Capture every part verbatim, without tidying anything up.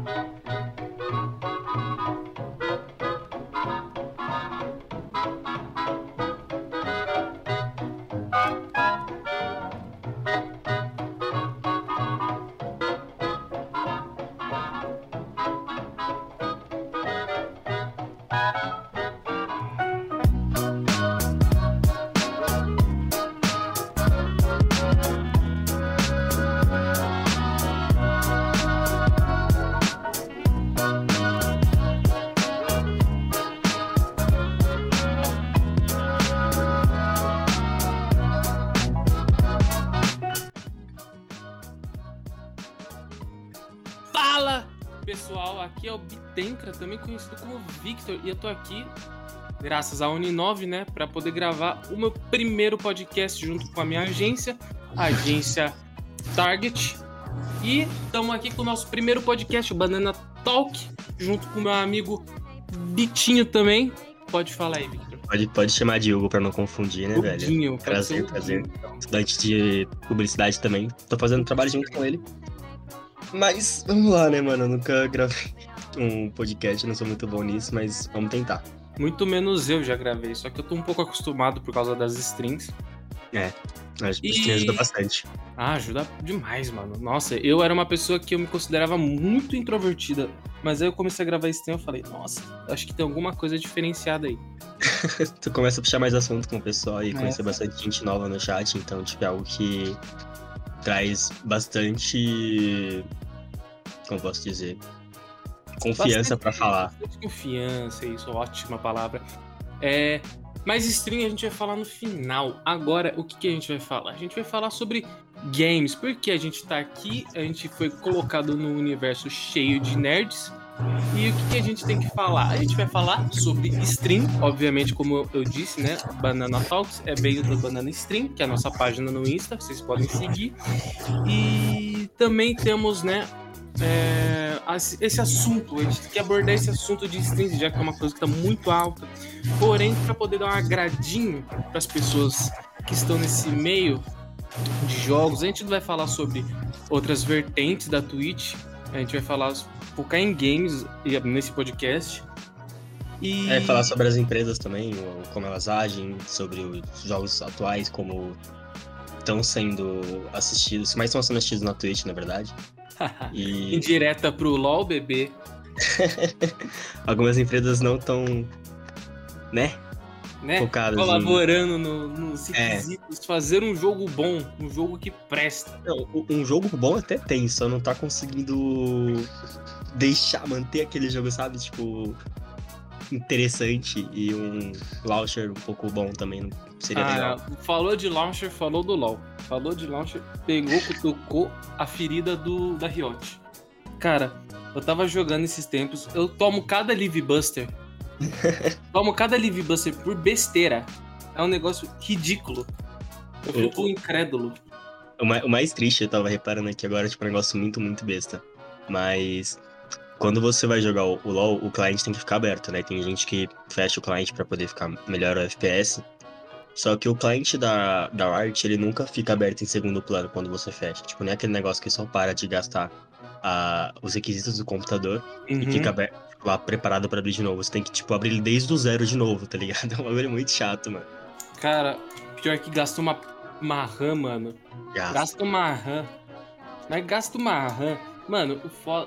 Pessoal, aqui é o Bitencra, também conhecido como Victor, e eu tô aqui graças à Uninove, né, para poder gravar o meu primeiro podcast junto com a minha agência, a agência Target, e estamos aqui com o nosso primeiro podcast, o Banana Talk, junto com o meu amigo Bitinho também. Pode falar aí, Victor. Pode, pode chamar de Hugo pra não confundir, né, Huguinho, velho? Prazer, prazer. Estudante de publicidade também. Tô fazendo trabalho junto com ele. Mas, vamos lá, né, mano? Eu nunca gravei um podcast, não sou muito bom nisso, mas vamos tentar. Muito menos eu já gravei, só que eu tô um pouco acostumado por causa das strings. É, acho que E... ajuda bastante. Ah, ajuda demais, mano. Nossa, eu era uma pessoa que eu me considerava muito introvertida, mas aí eu comecei a gravar stream e eu falei, nossa, acho que tem alguma coisa diferenciada aí. Tu começa a puxar mais assunto com o pessoal e É. conhecer bastante gente nova no chat, então, tipo, é algo que traz bastante... Como posso dizer? Confiança Bastante, pra falar. Bastante confiança, isso, ótima palavra. É, mas stream a gente vai falar no final. Agora, o que, que a gente vai falar? A gente vai falar sobre games, porque a gente tá aqui, a gente foi colocado num universo cheio de nerds. E o que, que a gente tem que falar? A gente vai falar sobre stream, obviamente, como eu disse, né? Banana Talks é veio da Banana Stream, que é a nossa página no Insta, vocês podem seguir. E também temos, né, é, esse assunto, a gente quer abordar esse assunto de streams, já que é uma coisa que está muito alta. Porém, para poder dar um agradinho para as pessoas que estão nesse meio de jogos, a gente não vai falar sobre outras vertentes da Twitch, a gente vai falar, focar em games nesse podcast. E... É, falar sobre as empresas também, como elas agem, sobre os jogos atuais, como estão sendo assistidos, mais estão sendo assistidos na Twitch, na verdade. E... Indireta pro LoL, bebê. Algumas empresas não estão, né? né? Focadas Colaborando em... no, nos é. requisitos, fazer um jogo bom, um jogo que presta. Não, um jogo bom até tem, só não tá conseguindo deixar, manter aquele jogo, sabe? Tipo, interessante, e um launcher um pouco bom também seria ah, legal. Falou de launcher, falou do LoL. Falou de launcher, pegou, cutucou a ferida do, da Riot. Cara, eu tava jogando esses tempos, eu tomo cada Live Buster. tomo cada Live Buster por besteira. É um negócio ridículo. Eu fico o, incrédulo. O mais, o mais triste, eu tava reparando aqui agora, tipo, um negócio muito, muito besta. Mas quando você vai jogar o, o LoL, o cliente tem que ficar aberto, né? Tem gente que fecha o cliente pra poder ficar melhor o F P S. Só que o cliente da, da Riot, ele nunca fica aberto em segundo plano quando você fecha. Tipo, não é aquele negócio que só para de gastar uh, os requisitos do computador uhum. e fica aberto, lá preparado pra abrir de novo. Você tem que, tipo, abrir ele desde o zero de novo, tá ligado? É um bagulho muito chato, mano. Cara, pior que gasta uma, uma RAM, mano. Gasta. Gasta uma RAM. Mas gasta uma RAM. Mano, o foda...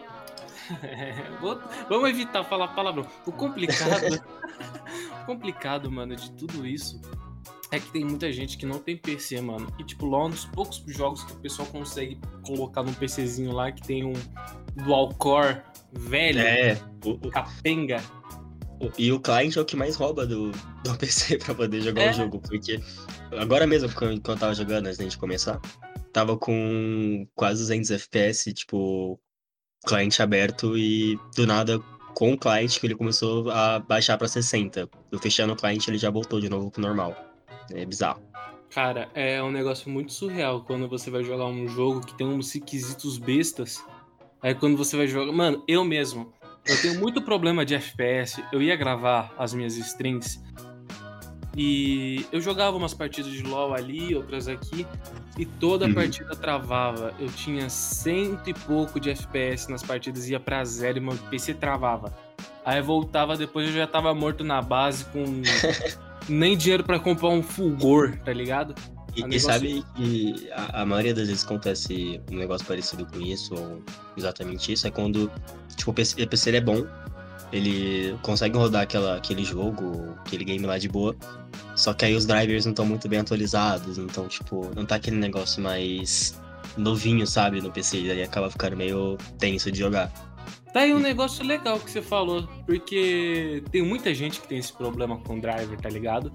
Vamos evitar falar palavrão. O complicado... o complicado, mano, de tudo isso é que tem muita gente que não tem P C, mano. E, tipo, LoL é um dos poucos jogos que o pessoal consegue colocar num PCzinho lá que tem um dual core velho, é, o, capenga. O, e o client é o que mais rouba do, do P C pra poder jogar é. o jogo. Porque agora mesmo, quando eu tava jogando, antes da gente começar, tava com quase duzentos F P S, tipo, cliente aberto, e do nada, com o client, que ele começou a baixar pra sessenta. Eu fechando o client, ele já voltou de novo pro normal. É bizarro. Cara, é um negócio muito surreal quando você vai jogar um jogo que tem uns requisitos bestas. Aí quando você vai jogar... Mano, eu mesmo, eu tenho muito problema de F P S. Eu ia gravar as minhas streams e eu jogava umas partidas de LoL ali, outras aqui. e toda a Uhum. partida travava. Eu tinha cento e pouco de F P S nas partidas, ia pra zero e meu P C travava. Aí voltava depois, eu já tava morto na base com nem dinheiro pra comprar um fulgor, tá ligado? E, O e negócio- sabe que a, a maioria das vezes acontece um negócio parecido com isso, ou exatamente isso, é quando, tipo, o P C, o P C ele é bom, ele consegue rodar aquela, aquele jogo, aquele game lá de boa, só que aí os drivers não estão muito bem atualizados, então, tipo, não tá aquele negócio mais novinho, sabe, no P C, e aí acaba ficando meio tenso de jogar. Tá aí um negócio legal que você falou, porque tem muita gente que tem esse problema com driver, tá ligado?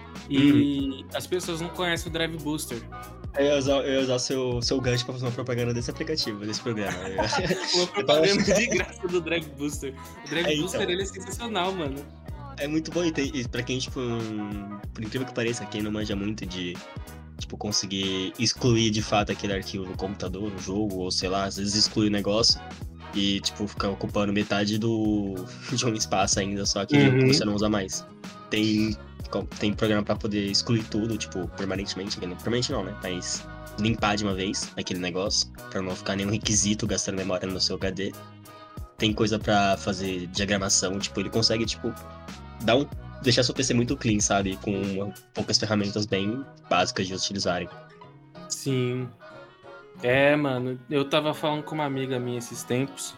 E as pessoas não conhecem o Drive Booster. Eu ia usar, eu ia usar seu, seu gancho pra fazer uma propaganda desse aplicativo, desse programa. Uma propaganda de graça do Drive Booster. O Drive É, então. Booster, ele é sensacional, mano. É muito bom e, tem, e pra quem, tipo, não- por incrível que pareça, quem não manja muito de, tipo, conseguir excluir de fato aquele arquivo no computador, no jogo, ou sei lá, às vezes exclui o negócio e, tipo, fica ocupando metade do, de um espaço ainda, só que Uhum. você não usa mais. Tem, tem programa pra poder excluir tudo, tipo, permanentemente, permanente não, né, mas limpar de uma vez aquele negócio, pra não ficar nenhum requisito gastando memória no seu H D. Tem coisa pra fazer diagramação, tipo, ele consegue, tipo, dar um, deixar seu P C muito clean, sabe? Com uma- poucas ferramentas bem básicas de utilizarem. Sim. É, mano, eu tava falando com uma amiga minha esses tempos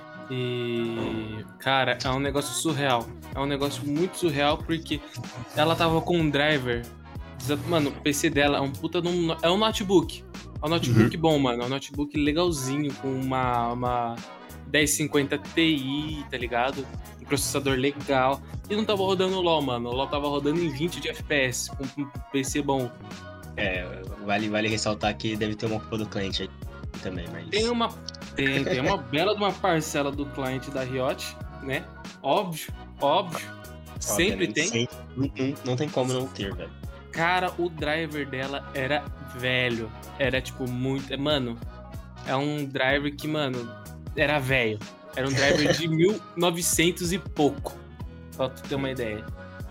e, cara, é um negócio surreal. É um negócio muito surreal porque ela tava com um driver. Mano, o P C dela é um puta de um. É um notebook. É um notebook bom, mano. É um notebook legalzinho, com uma, uma dez cinquenta Ti, tá ligado? Um processador legal. E não tava rodando o LoL, mano. O LoL tava rodando em vinte de F P S, com um P C bom. É, vale, vale ressaltar que deve ter uma culpa do cliente aí também, mas. Tem uma, tem, tem uma bela de uma parcela do cliente da Riot, né? Óbvio, óbvio. Sempre Obviamente, tem. sempre- não, não- não tem como não ter, velho. Cara, o driver dela era velho. Era, tipo, muito... Mano, é um driver que, mano, era velho. Era um driver de mil e novecentos e pouco. Pra tu ter uma ideia.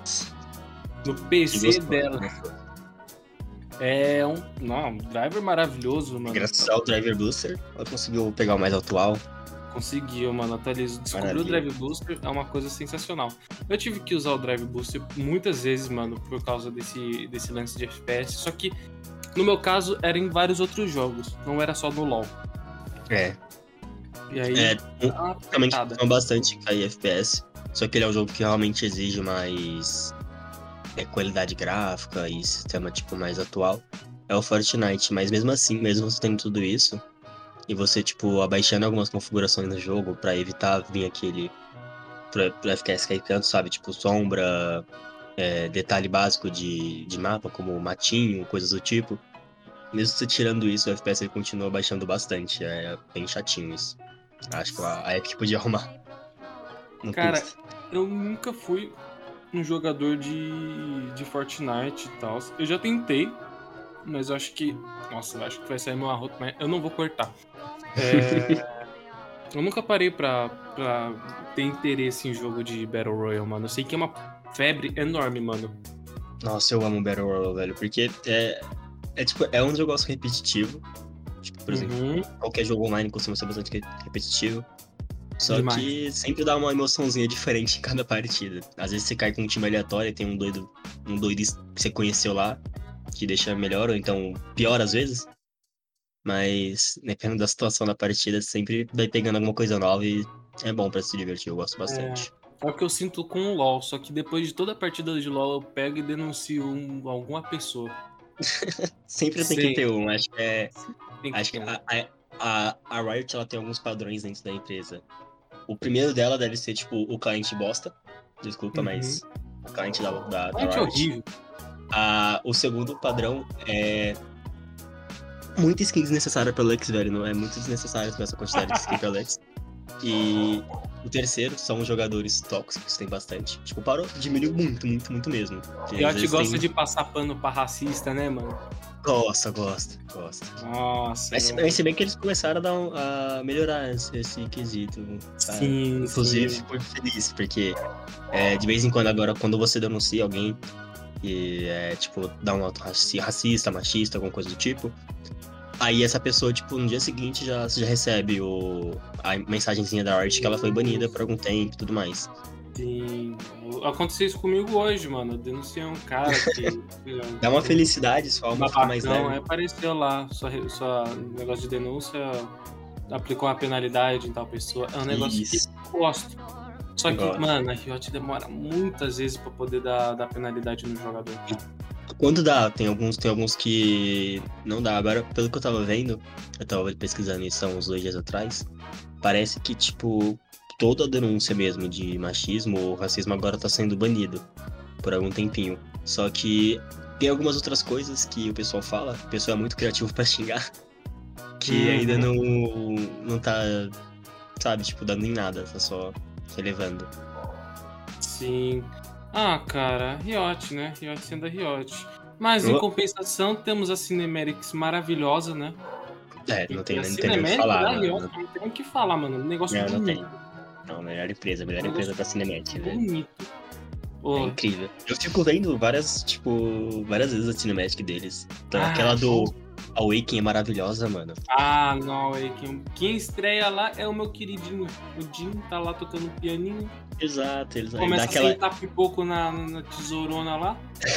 No P Que C gostoso, dela. né? É um... Não, um driver maravilhoso, mano. Graças ao Driver Booster, ela conseguiu pegar o mais atual. Conseguiu, mano, atualizou. Descobriu o Maravilha. Drive Booster, é uma coisa sensacional. Eu tive que usar o Drive Booster muitas vezes, mano, por causa desse, desse lance de F P S. Só que, no meu caso, era em vários outros jogos. Não era só no LoL. É. E aí, É, dá uma realmente apertada. funciona bastante cair F P S. Só que ele é um jogo que realmente exige mais é, qualidade gráfica e sistema tipo mais atual. É o Fortnite, mas mesmo assim, mesmo você tendo tudo isso, e você, tipo, abaixando algumas configurações no jogo pra evitar vir aquele pro, pro F P S cair tanto, sabe? Tipo, sombra, é, detalhe básico de, de mapa, como matinho, coisas do tipo. Mesmo você tirando isso, o F P S ele continua baixando bastante. É bem chatinho isso. Acho que a a Epic podia arrumar. Não Cara, custa. eu nunca fui um jogador de, de Fortnite e tal. Eu já tentei, mas eu acho que... Nossa, eu acho que vai sair meu arroto, mas eu não vou cortar. É... Eu nunca parei pra, pra ter interesse em jogo de Battle Royale, mano. Eu sei que é uma febre enorme, mano. Nossa, eu amo Battle Royale, velho, porque é, é tipo, é um negócio repetitivo. Tipo, por exemplo, Uhum. qualquer jogo online costuma ser bastante re- repetitivo. Só Demais. que sempre dá uma emoçãozinha diferente em cada partida. Às vezes você cai com um time aleatório e tem um doido, um doido que você conheceu lá, que deixa melhor, ou então pior às vezes. Mas, dependendo da situação da partida, sempre vai pegando alguma coisa nova e é bom pra se divertir, eu gosto bastante. É o que eu sinto com o LoL, só que depois de toda a partida de LoL eu pego e denuncio um- alguma pessoa. Sempre tem que Sim. ter um, acho que é. Tem que Acho que ter um. a, a, a a Riot ela tem alguns padrões dentro da empresa. O primeiro dela deve ser, tipo, o cliente bosta. Desculpa, Uhum. mas o cliente da, da, da Gente, é Riot. horrível. Ah, o segundo padrão é muita skin desnecessária pra Lux, velho. Não é muito desnecessário com essa quantidade de skin pra Lux. E o terceiro são os jogadores tóxicos, tem bastante. Tipo, parou, diminuiu muito, muito, muito mesmo. Porque às Eu te vezes gosta tem- de passar pano pra racista, né, mano? Gosta, gosta, gosta. Nossa. Mas, mano. mas se bem que eles começaram a, dar um- a melhorar esse, esse quesito. Tá? Sim, Inclusive, sim. fico feliz, porque é, de vez em quando agora, quando você denuncia alguém, e é, tipo, dá um ato raci- racista, machista, alguma coisa do tipo. Aí essa pessoa, tipo, no dia seguinte já, já recebe o, a mensagenzinha da Riot que ela foi banida por algum tempo e tudo mais. Sim. Aconteceu isso comigo hoje, mano. Eu denunciei um cara que. Dá uma felicidade, sua alma fica mais Babacão, leve. aí apareceu lá, sua, re- sua negócio de denúncia, aplicou uma penalidade em tal pessoa. É um negócio Isso. que eu gosto. Só que, Gosto. mano, a Riot demora muitas vezes pra poder dar, dar penalidade no jogador. Quando dá, tem alguns, tem alguns que não dá. Agora, pelo que eu tava vendo, eu tava pesquisando isso há uns dois dias atrás, parece que, tipo, toda a denúncia mesmo de machismo ou racismo agora tá sendo banido por algum tempinho. Só que tem algumas outras coisas que o pessoal fala, o pessoal é muito criativo pra xingar, que Uhum. ainda não, não tá, sabe, tipo, dando em nada, tá só relevando. Sim. Ah, cara, Riot, né? Riot sendo a Riot. Mas em Oh. compensação, temos a Cinematics maravilhosa, né? É, não tem, A não tem nem o que Cinematics falar, da mano. Riot, não tem o que falar, mano. Um negócio Não, não bonito. tem. Não, melhor empresa, melhor Um empresa negócio da Cinematic, velho. bonito. É Ô, incrível. Eu fico vendo várias, tipo, várias vezes a cinematic deles. Então, Ah, aquela do Awakening é maravilhosa, mano. Ah, não, é quem, quem estreia lá é o meu queridinho. O Jim tá lá tocando um pianinho. Exato, eles aí Começa dá aquela. a sentar pipoco na, na tesourona lá.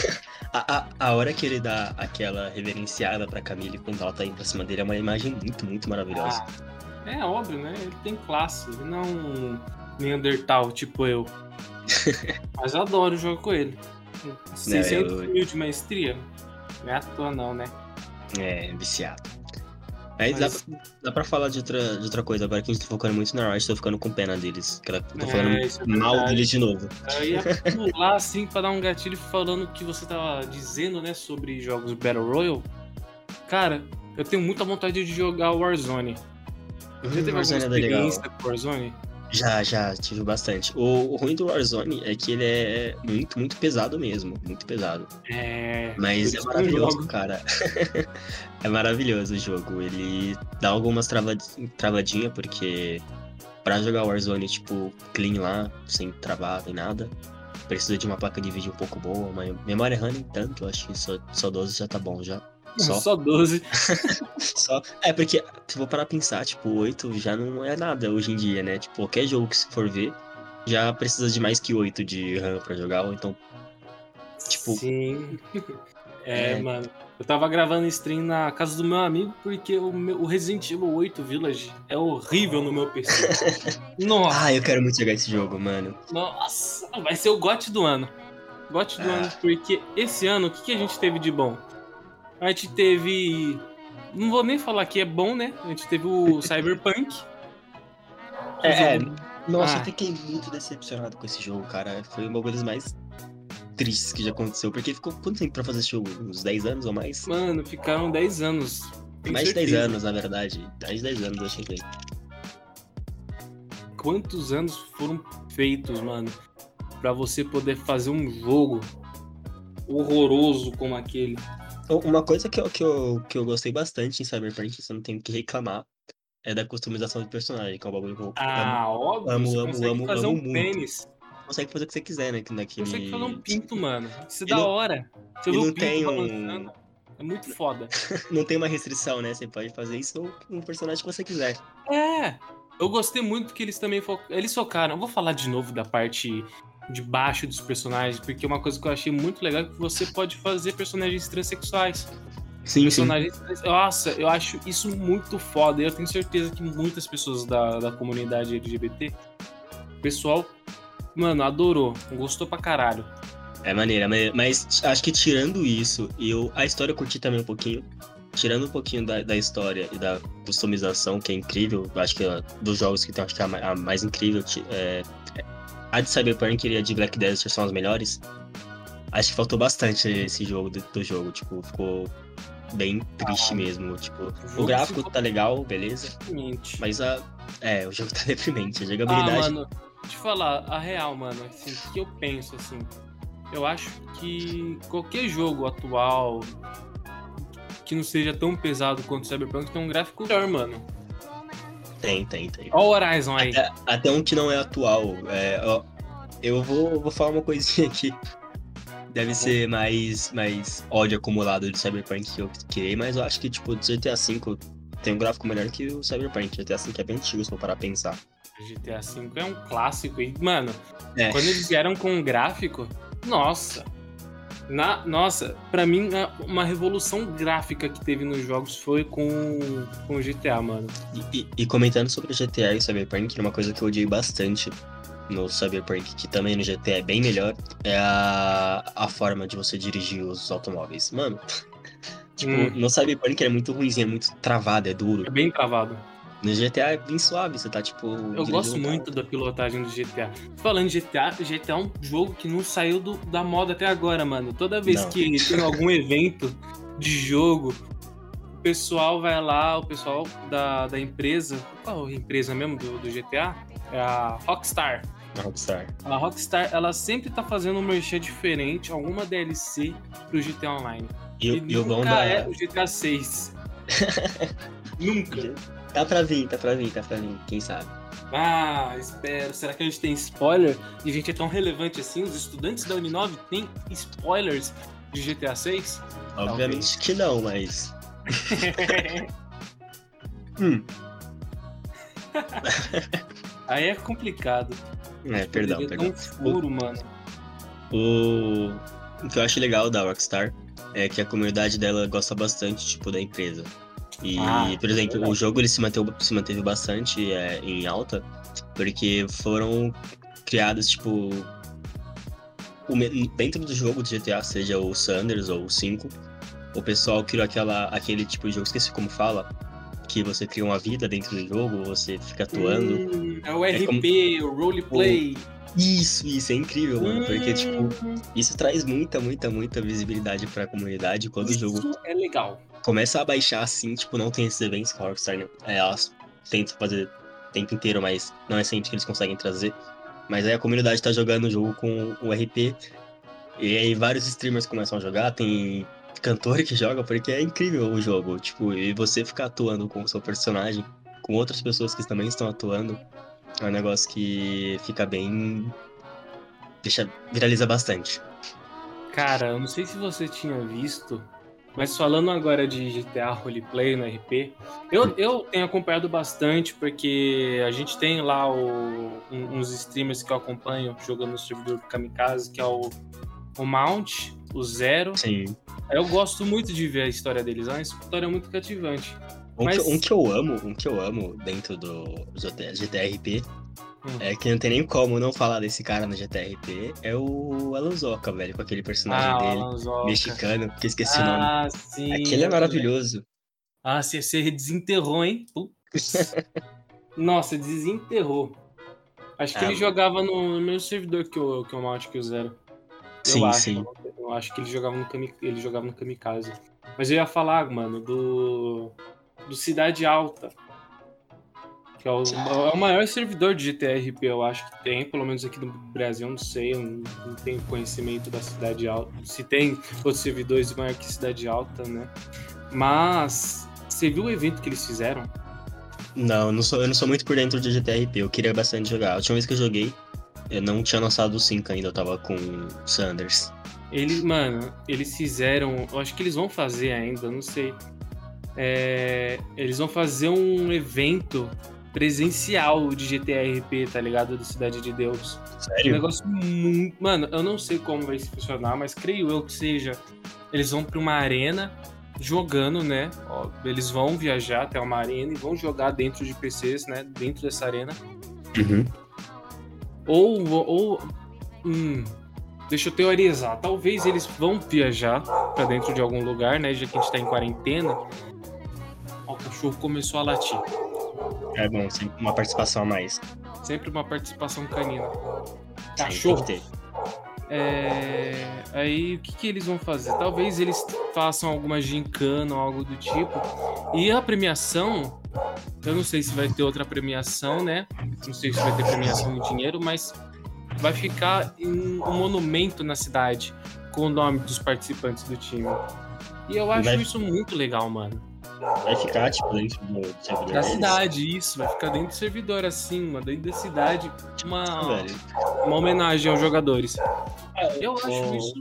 A, a, a hora que ele dá aquela reverenciada pra Camille quando ela tá indo pra cima dele é uma imagem muito, muito maravilhosa. Ah, é óbvio, né? Ele tem classe, ele não é um Neandertal, tipo eu. Mas eu adoro jogar com ele. seiscentos eu- mil de maestria? Não é à toa não, né? É, viciado. Mas, Mas- dá, pra- dá pra falar de outra, de outra coisa. Agora que a gente tá focando muito na Riot, tô ficando com pena deles. Que ela- Tô É, falando isso é mal verdade. deles de novo. Eu ia pular assim pra dar um gatilho falando o que você tava dizendo, né, sobre jogos Battle Royale. Cara, eu tenho muita vontade de jogar Warzone. Você Hum, teve alguma Warzone é legal. experiência com Warzone? Já, já, tive bastante. O, o ruim do Warzone é que ele é muito, muito pesado mesmo. Muito pesado. É. Mas por é isso que eu maravilhoso, jogo. cara. É maravilhoso o jogo. Ele dá algumas trava- travadinhas, porque pra jogar Warzone, tipo, clean lá, sem travar, nem nada, precisa de uma placa de vídeo um pouco boa, uma memória RAM nem tanto, eu acho que só, só doze já tá bom já. Só. Só doze. Só. É, porque se for parar pra pensar, tipo, oito já não é nada hoje em dia, né? Tipo, qualquer jogo que se for ver, já precisa de mais que oito de RAM pra jogar, ou então. Tipo- Sim. É, É. mano. Eu tava gravando stream na casa do meu amigo porque o, meu, o Resident Evil oito Village é horrível no meu P C. Nossa, Ah, eu quero muito jogar esse jogo, mano. nossa, vai ser o G O T do ano. G O T do Ah. ano, porque esse ano, o que, que a gente teve de bom? A gente teve. Não vou nem falar que é bom, né? A gente teve o Cyberpunk. que É, jogo- Nossa, Ah. eu fiquei muito decepcionado com esse jogo, cara. Foi uma das mais tristes que já aconteceu. Porque ficou quanto tempo pra fazer esse jogo? Uns dez anos ou mais? Mano, ficaram dez anos. Tenho mais de dez certeza. anos, na verdade. Mais de dez anos, eu achei que. Quantos anos foram feitos, mano, pra você poder fazer um jogo horroroso como aquele? Uma coisa que eu, que, eu, que eu gostei bastante em Cyberpunk, você não tem o que reclamar, é da customização do personagem, que é um bagulho que eu amo, Ah, óbvio, amo, você amo, consegue amo, fazer amo um muito. pênis. Consegue fazer o que você quiser, né? Naquele... Consegue fazer um pinto, mano. Isso é E da não- hora. Você e vê não o pinto tem um- balançando. É muito foda. Não tem uma restrição, né? Você pode fazer isso com o personagem que você quiser. É. Eu gostei muito que eles também fo... eles focaram. Eu vou falar de novo da parte de baixo dos personagens, porque uma coisa que eu achei muito legal é que você pode fazer personagens transexuais. Sim, sim. Personagens trans... Nossa, eu acho isso muito foda. E eu tenho certeza que muitas pessoas da, da comunidade L G B T, o pessoal, mano, adorou. Gostou pra caralho. É maneira, mas, mas acho que tirando isso, eu, a história eu curti também um pouquinho. Tirando um pouquinho da, da história e da customização, que é incrível, eu acho que é dos jogos que tem, acho que é a mais, a mais incrível, ti- é, é, a de Cyberpunk e a de Black Desert são as melhores. Acho que faltou bastante esse jogo do, do jogo, tipo, ficou bem triste mesmo. Tipo, o jogo gráfico ficou tá legal, beleza, Exatamente. mas a, é, o jogo tá deprimente, a Ah, jogabilidade. mano, te falar a real, mano, assim, o que eu penso, assim, eu acho que qualquer jogo atual que não seja tão pesado quanto o Cyberpunk tem um gráfico melhor, mano. Tem, tem, tem. Olha o Horizon aí. Até, até um que não é atual. É, ó, eu vou, vou falar uma coisinha aqui. deve ser mais, mais ódio acumulado de Cyberpunk que eu criei, mas eu acho que, tipo, o G T A V tem um gráfico melhor que o Cyberpunk. O G T A V é bem antigo, se for parar a pensar. G T A V é um clássico. E, mano, É. quando eles vieram com um gráfico, nossa. Na, nossa, pra mim, uma revolução gráfica que teve nos jogos foi com, com o G T A, mano. E, e, e comentando sobre o G T A e o Cyberpunk, uma coisa que eu odiei bastante no Cyberpunk, que também no G T A é bem melhor, é a, a forma de você dirigir os automóveis. Mano, tipo, Hum. no Cyberpunk é muito ruimzinho, é muito travado, é duro. É bem travado. No G T A é bem suave, você tá, tipo... Eu gosto muito da pilotagem do G T A. Falando de G T A, G T A é um jogo que não saiu do, da moda até agora, mano. Toda vez Não. que tem algum evento de jogo, o pessoal vai lá, o pessoal da, da empresa... Qual a empresa mesmo do, do G T A? É a Rockstar. A Rockstar. A Rockstar, ela sempre tá fazendo um merchan diferente, alguma D L C pro G T A Online. E, E, e o bom nunca da... é o G T A seis. Nunca. Tá pra vir, tá pra vir, tá pra vir, quem sabe. Ah, espero. Será que a gente tem spoiler? E a gente é tão relevante assim? Os estudantes da Uninove têm spoilers de G T A seis? Obviamente que não, mas... hum. Aí é complicado. É, perdão, Poderia perdão. ter um furo, mano. O... o que eu acho legal da Rockstar é que a comunidade dela gosta bastante, tipo, da empresa. E, Ah, por exemplo, é o jogo ele se manteve, se manteve bastante é, em alta, porque foram criados, tipo... o me- dentro do jogo do G T A, seja o Sanders ou o cinco, o pessoal criou aquela, aquele tipo de jogo, esqueci como fala, que você cria uma vida dentro do jogo, você fica atuando. Hum, é o R P, É como- o roleplay. Isso, isso, é incrível, mano, porque, tipo, Hum, isso traz muita, muita, muita visibilidade pra comunidade quando o jogo isso é legal. começa a baixar assim, tipo, não tem esses eventos que a Rockstar, né? É, elas tentam fazer o tempo inteiro, mas não é sempre que eles conseguem trazer. Mas aí a comunidade tá jogando o jogo com o R P, e aí vários streamers começam a jogar, tem cantor que joga, porque é incrível o jogo, tipo, e você ficar atuando com o seu personagem, com outras pessoas que também estão atuando, é um negócio que fica bem... deixa... viraliza bastante. Cara, eu não sei se você tinha visto, mas falando agora de G T A Roleplay no R P, eu, eu tenho acompanhado bastante, porque a gente tem lá o, um- uns streamers que eu acompanho jogando no servidor do Kamikaze, que é o, o Mount, o Zero. Sim. Eu gosto muito de ver a história deles, é uma história muito cativante. Um, Mas- que, um que eu amo, um que eu amo dentro do G T R P, Hum. é que não tem nem como não falar desse cara no G T R P, é o Alanzoca, velho, com aquele personagem Ah, o dele, Alan Zoca. mexicano, que eu esqueci o nome. Ah, sim. Aquele é maravilhoso. Ah, você, você desenterrou, hein? Putz. Nossa, desenterrou. Acho que Ah, ele jogava no, no mesmo servidor que o, que o Mount que o Zero. Eu Sim, acho. sim. Eu acho que ele jogava no, Kami, ele jogava no Kamikaze. Mas eu ia falar, mano, do. Do Cidade Alta. Que é o, é o maior servidor de G T R P, eu acho que tem, pelo menos aqui no Brasil, eu não sei, eu não, não tenho conhecimento da Cidade Alta. Se tem outros servidores maior que Cidade Alta, né? Mas você viu o evento que eles fizeram? Não, eu não sou, eu não sou muito por dentro do G T R P, eu queria bastante jogar. A última vez que eu joguei, eu não tinha lançado o cinco ainda, eu tava com o Sanders. Eles, mano, eles fizeram. Eu acho que eles vão fazer ainda, não sei. É, eles vão fazer um evento presencial de G T R P, tá ligado? Do Cidade de Deus. Um Sério? negócio muito. Mano, eu não sei como vai funcionar, mas creio eu que seja. Eles vão pra uma arena jogando, né? Ó, eles vão viajar até uma arena e vão jogar dentro de P Cs, né? Dentro dessa arena. Uhum. Ou. ou hum, deixa eu teorizar. Talvez eles vão viajar pra dentro de algum lugar, né? Já que a gente tá em quarentena. Ó, o cachorro começou a latir. É bom, sempre uma participação a mais. Sempre uma participação canina. Sim, Cachorro. tem que ter. É... Aí o que, que eles vão fazer? Talvez eles façam alguma gincana ou algo do tipo. E a premiação, eu não sei se vai ter outra premiação, né? Não sei se vai ter premiação em dinheiro, mas vai ficar em um monumento na cidade com o nome dos participantes do time. E eu acho Vai- isso muito legal, mano. Vai ficar, tipo, dentro do servidor Da deles? cidade, isso, vai ficar dentro do servidor, assim, mano, dentro da cidade, Ah, uma, velho. uma homenagem aos jogadores. Eu o- acho isso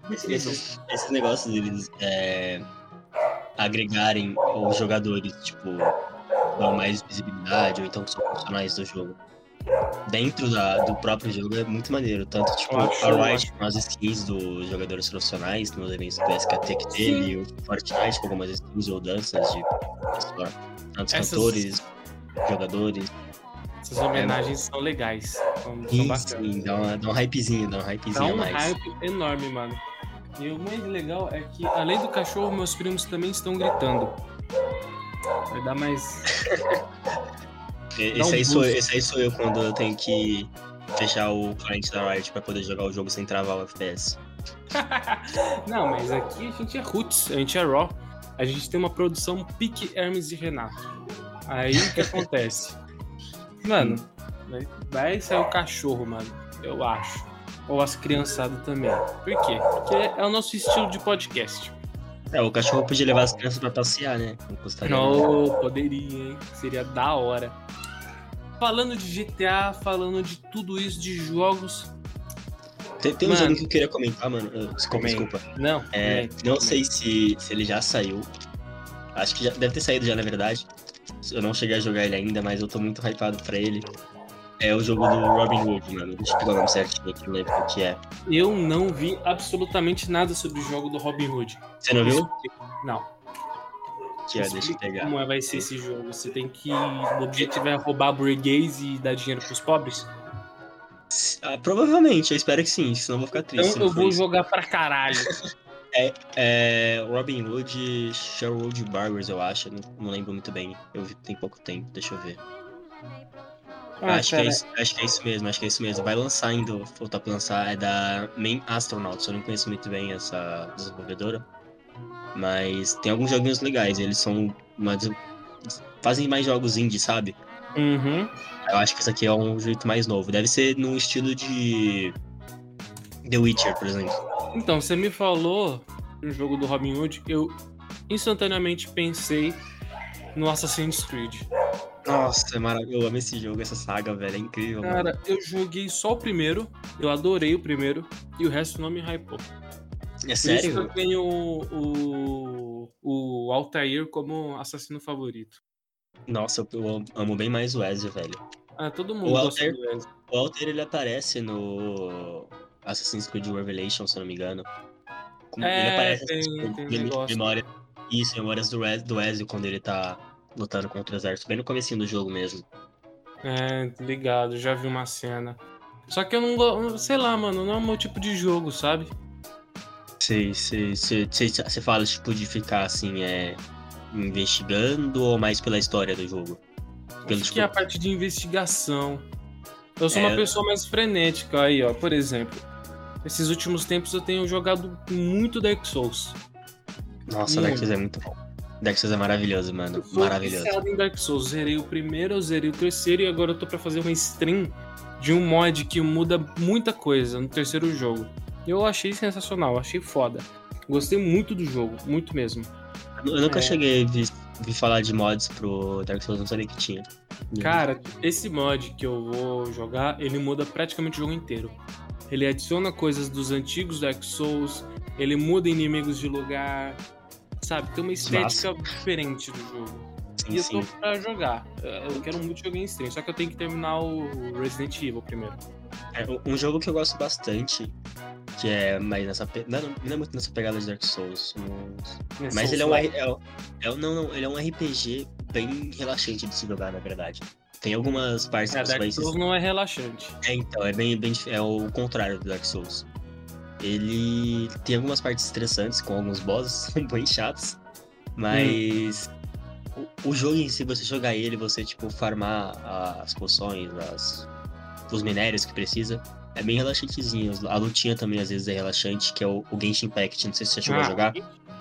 Esse, esses, esses negócios deles é, agregarem os jogadores, tipo, dão mais visibilidade, ou então que são profissionais do jogo. Dentro da, do próprio jogo é muito maneiro. Tanto, tipo, Eu acho, a eu Riot acho. com as skins dos jogadores profissionais, nos eventos do S K T que teve, o Fortnite com algumas skins ou danças de, de tantos Essas- cantores, jogadores. Essas homenagens são legais. São, são E bacanas. sim, dá, uma, dá um hypezinho, dá um Dá hypezinho a um mais. hype enorme, mano. E o mais legal é que, além do cachorro, meus primos também estão gritando. Vai dar mais. E- Dá Esse um aí, sou, boost. esse aí sou eu quando eu tenho que fechar o cliente da Riot pra poder jogar o jogo sem travar o F P S. Não, mas aqui a gente é roots, a gente é raw. A gente tem uma produção pique Hermes e Renato. Aí o que acontece? Mano, vai- vai sair o cachorro, mano. Eu acho. Ou as criançadas também. Por quê? Porque é o nosso estilo de podcast. É, o cachorro podia levar as crianças pra passear, né? Não custaria nada. Não, poderia, hein? Seria da hora. Falando de G T A, falando de tudo isso, de jogos. Tem, tem um Mano. jogo que eu queria comentar, mano. Eu- Desculpa, Comenta. desculpa. Não, É, comenta, não comenta. sei se, se ele já saiu. Acho que já deve ter saído já, na verdade. Eu não cheguei a jogar ele ainda, mas eu tô muito hypado pra ele. É o jogo do Robin Hood, mano. Deixa eu pegar o nome certinho aqui, não lembro o que é. Eu não vi absolutamente nada sobre o jogo do Robin Hood. Você não viu? Não. Que é, deixa eu Explica pegar. como é, vai ser esse jogo. Você tem que. O objetivo é roubar burguês e dar dinheiro pros pobres? Ah, provavelmente, eu espero que sim, senão eu vou ficar triste. Então se não eu for vou isso. jogar pra caralho. É Robin Hood, Sherwood Burgers, eu acho. Não, não lembro muito bem. Eu vi tem pouco tempo, deixa eu ver. Ah, acho, que é cara, isso, acho que é isso mesmo, acho que é isso mesmo. Vai lançar ainda, faltar pra lançar, é da Main Astronauts. Eu não conheço muito bem essa desenvolvedora. Mas tem alguns joguinhos legais, eles são uma des- fazem mais jogos indie, sabe? Uhum. Eu acho que esse aqui é um jeito mais novo. Deve ser no estilo de The Witcher, por exemplo. Então, você me falou no jogo do Robin Hood, eu instantaneamente pensei no Assassin's Creed. Nossa, é maravilhoso. Eu amo esse jogo, essa saga, velho. É incrível, mano. Cara, eu joguei só o primeiro, eu adorei o primeiro, e o resto não me hypou. É Por isso que eu sério? tenho o, o, o Altair como assassino favorito. Nossa, eu amo- amo bem mais o Ezio, velho. Ah, todo mundo O gosta Altair, do Wesley. o Altair, ele aparece no Assassin's Creed Revelation, se eu não me engano. Como- É, ele aparece tem- assim, tem mem- negócio. memória, isso, memórias do, Ez- do Ezio quando ele tá lutando contra o exército, bem no comecinho do jogo mesmo. É, ligado, já vi uma cena. Só que eu não gosto, sei lá, mano, não é o meu tipo de jogo, sabe? Você fala, tipo, de ficar assim, é. Investigando ou mais pela história do jogo? Pelo, Acho que é a tipo, parte de investigação. Eu sou É. uma pessoa mais frenética aí, ó. Por exemplo, esses últimos tempos eu tenho jogado muito Dark Souls. Nossa, Dark Souls é muito bom. Dark Souls é maravilhoso, mano. Eu sou Maravilhoso. viciado em Dark Souls. Zerei o primeiro, eu zerei o terceiro e agora eu tô pra fazer uma stream de um mod que muda muita coisa no terceiro jogo. Eu achei sensacional, achei foda. Gostei muito do jogo, muito mesmo. Eu nunca É. cheguei a vi, vi falar de mods pro Dark Souls, não sabia que tinha. Cara, esse mod que eu vou jogar, ele muda praticamente o jogo inteiro. Ele adiciona coisas dos antigos Dark Souls, ele muda inimigos de lugar, sabe? Tem uma estética diferente do jogo. Sim, E eu sim. tô pra jogar. Eu quero muito jogar em stream, só que eu tenho que terminar o Resident Evil primeiro. É, um jogo que eu gosto bastante, que é mais nessa. Pe... Não, não é muito nessa pegada de Dark Souls. Mas, mas ele é um, R- é, um- é um- não, não, ele é um R P G bem relaxante de se jogar, na verdade. Tem algumas partes É, que você Dark vai Souls não é relaxante. É, então, é bem, bem dif- é o contrário do Dark Souls. Ele tem algumas partes estressantes com alguns bosses, são bem chatos, mas o, o jogo em si, você jogar ele, você tipo farmar as poções, as, os minérios que precisa, é bem relaxantezinho. A lutinha também às vezes é relaxante, que é o, o Genshin Impact, não sei se você chegou a jogar.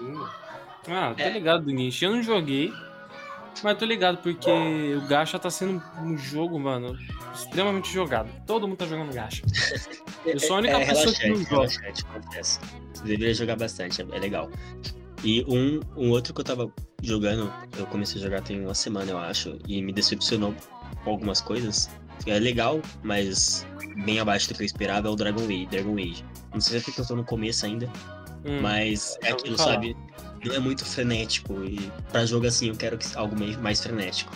Ah, tô É. ligado do Genshin. Eu não joguei, mas tô ligado porque o Gacha tá sendo um jogo, mano, extremamente jogado. Todo mundo tá jogando Gacha. Eu sou a única é pessoa que não relaxante, joga. relaxante, confesso. Você deveria jogar bastante, é, é legal. E um, um outro que eu tava jogando, eu comecei a jogar tem uma semana, eu acho, e me decepcionou com algumas coisas. É legal, mas bem abaixo do que eu esperava, é o Dragon Age. Dragon Age. Não sei se é porque eu tô no começo ainda, Hum, Mas é já ouvi aquilo, falar. sabe? Não é muito frenético. E pra jogo assim, eu quero que algo meio mais frenético.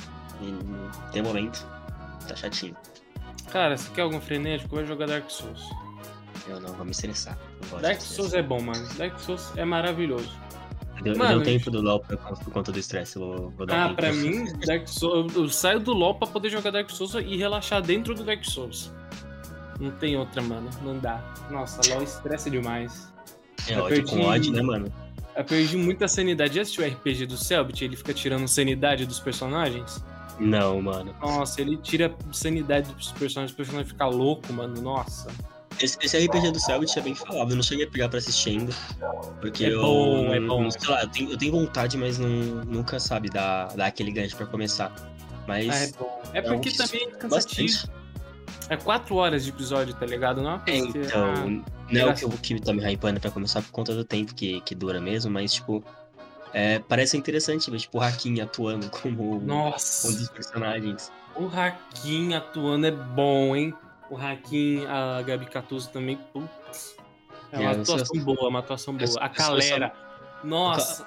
E tem momento, tá chatinho. Cara, se quer algum frenético, vai jogar Dark Souls. Eu não vou me estressar. Não gosto Dark de Souls estresse. é bom, mano. Dark Souls é maravilhoso. Eu, eu Mano, dei um tempo do LoL por, por conta do estresse. Eu vou, vou dar um Ah, tempo. pra mim, Dark Souls, eu saio do LoL pra poder jogar Dark Souls e relaxar dentro do Dark Souls. Não tem outra, mano. Não dá. Nossa, LoL estressa demais. É eu ódio perdi- com ódio, né, mano? Eu perdi muita sanidade. Já assistiu o R P G do Cellbit? Ele fica tirando sanidade dos personagens? Não, mano. Nossa, ele tira sanidade dos personagens. Os personagens ficam loucos, mano. Nossa. Esse, esse R P G do Cellbit é bem falado. Eu não cheguei a pegar pra assistir ainda. Porque É eu. bom, não, é bom. não- sei lá, eu tenho, eu tenho vontade, mas não, nunca, sabe, dá, dá aquele gancho pra começar. Mas. Ah, é bom. É porque um- também é cansativo. bastante. É quatro horas de episódio, tá ligado? Não é uma coisa que- Então, ah, não é o que, o que tá me hypando pra começar por conta do tempo que, que dura mesmo, mas, tipo, é, parece interessante ver, tipo, o Hakim atuando como um Nossa. dos personagens. O Hakim atuando é bom, hein? O Hakim, a Gabi Catuzzo também, putz. É uma É, eu sou- atuação boa, uma atuação eu boa. sou- A eu sou essa- Calera. Nossa,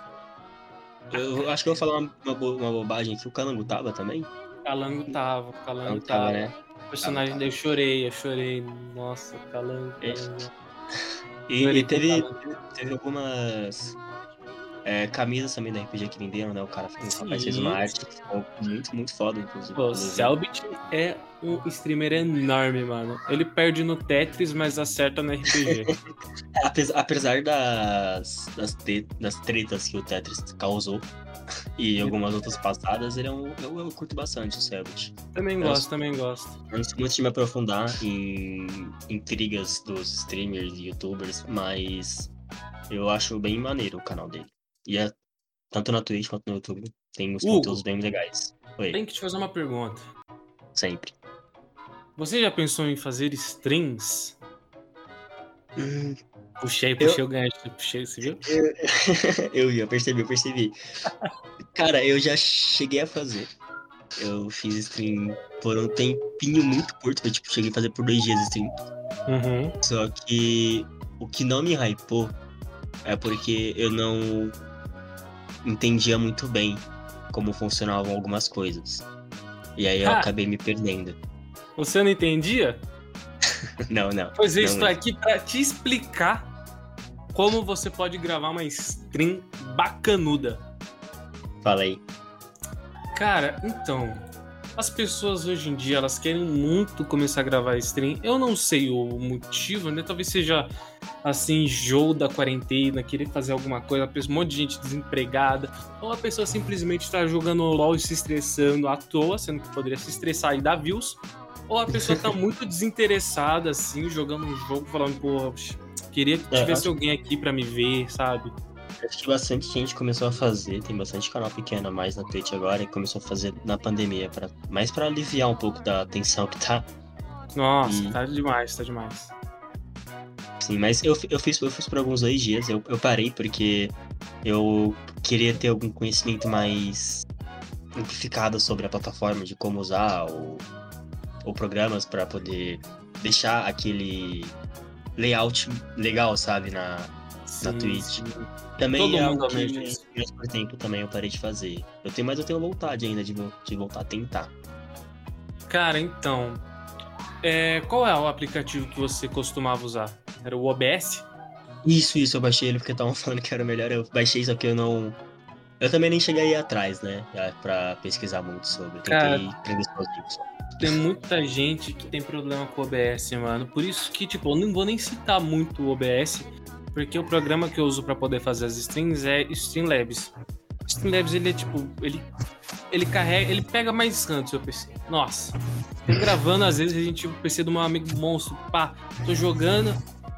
Eu, eu acho que eu vou falar uma, uma, bo- uma bobagem aqui. O Calango tava também? o Calango tava, o Calango Calango tava, tava. né? O personagem Tava, dele, eu chorei, eu chorei. Nossa, Calango, É. Calango. E, Chorei e teve, com o teve, teve algumas é, camisas também da R P G que venderam, né? O cara fez, o rapaz fez Sim. uma arte que ficou muito, muito foda, inclusive. Pô, o inclusive. Cellbit é um streamer enorme, mano. Ele perde no Tetris, mas acerta no R P G. Apesar, apesar das, das, te- das tretas que o Tetris causou e algumas outras passadas, ele é um, eu, eu curto bastante o Cellbit. Também Eu- gosto, também gosto. Eu não sei muito de me aprofundar em intrigas dos streamers e youtubers, mas eu acho bem maneiro o canal dele. E é tanto na Twitch quanto no YouTube. Tem uns Hugo. conteúdos bem legais. Oi, Tem que te fazer uma pergunta. sempre. Você já pensou em fazer streams? Hum, Puxei, puxei o gancho, puxei, você viu? eu vi, eu percebi, eu percebi. Cara, eu já cheguei a fazer. Eu fiz stream por um tempinho muito curto. Eu tipo, cheguei a fazer por dois dias stream. Uhum. Só que o que não me hypou é porque eu não entendia muito bem como funcionavam algumas coisas. E aí eu Ah. acabei me perdendo. Você não entendia? Não, não. Pois eu não estou é. aqui para te explicar como você pode gravar uma stream bacanuda. Fala aí. Cara, então, as pessoas hoje em dia, elas querem muito começar a gravar stream. Eu não sei o motivo, né? Talvez seja, assim, enjoo da quarentena, querer fazer alguma coisa, um monte de gente desempregada, ou a pessoa simplesmente está jogando LOL e se estressando à toa, sendo que poderia se estressar e dar views, ou a pessoa tá muito desinteressada, assim, jogando um jogo, falando, pô, queria que É, tivesse acho- alguém aqui pra me ver, sabe? Acho que bastante gente começou a fazer, tem bastante canal pequeno a mais na Twitch agora e começou a fazer na pandemia, pra, mais pra aliviar um pouco da tensão que tá. Nossa, E- tá demais, tá demais. Sim, mas eu, fi- eu, fiz, eu fiz por alguns dois dias, eu, eu parei porque eu queria ter algum conhecimento mais amplificado sobre a plataforma, de como usar, ou, ou programas pra poder deixar aquele layout legal, sabe, na, na Sim, Twitch. sim. Também Todo é mundo algo que, almeja isso. mas por tempo também eu parei de fazer. Eu tenho, mas eu tenho vontade ainda de, vo- de voltar a tentar. Cara, então. é, qual é o aplicativo que você costumava usar? Era o O B S? Isso, isso, eu baixei ele porque estavam falando que era o melhor. Eu baixei, só que eu não. Eu também nem cheguei a ir atrás, né? já Pra pesquisar muito sobre. Eu tentei Cara, aprender sozinho só. Tem muita gente que tem problema com o O B S, mano. Por isso que, tipo, eu não vou nem citar muito o O B S, porque o programa que eu uso pra poder fazer as streams é Streamlabs. Streamlabs, ele é tipo, ele ele carrega, ele pega mais RAM do seu P C. Nossa. Tô gravando, às vezes a gente, o P C do meu amigo monstro, pá, tô jogando,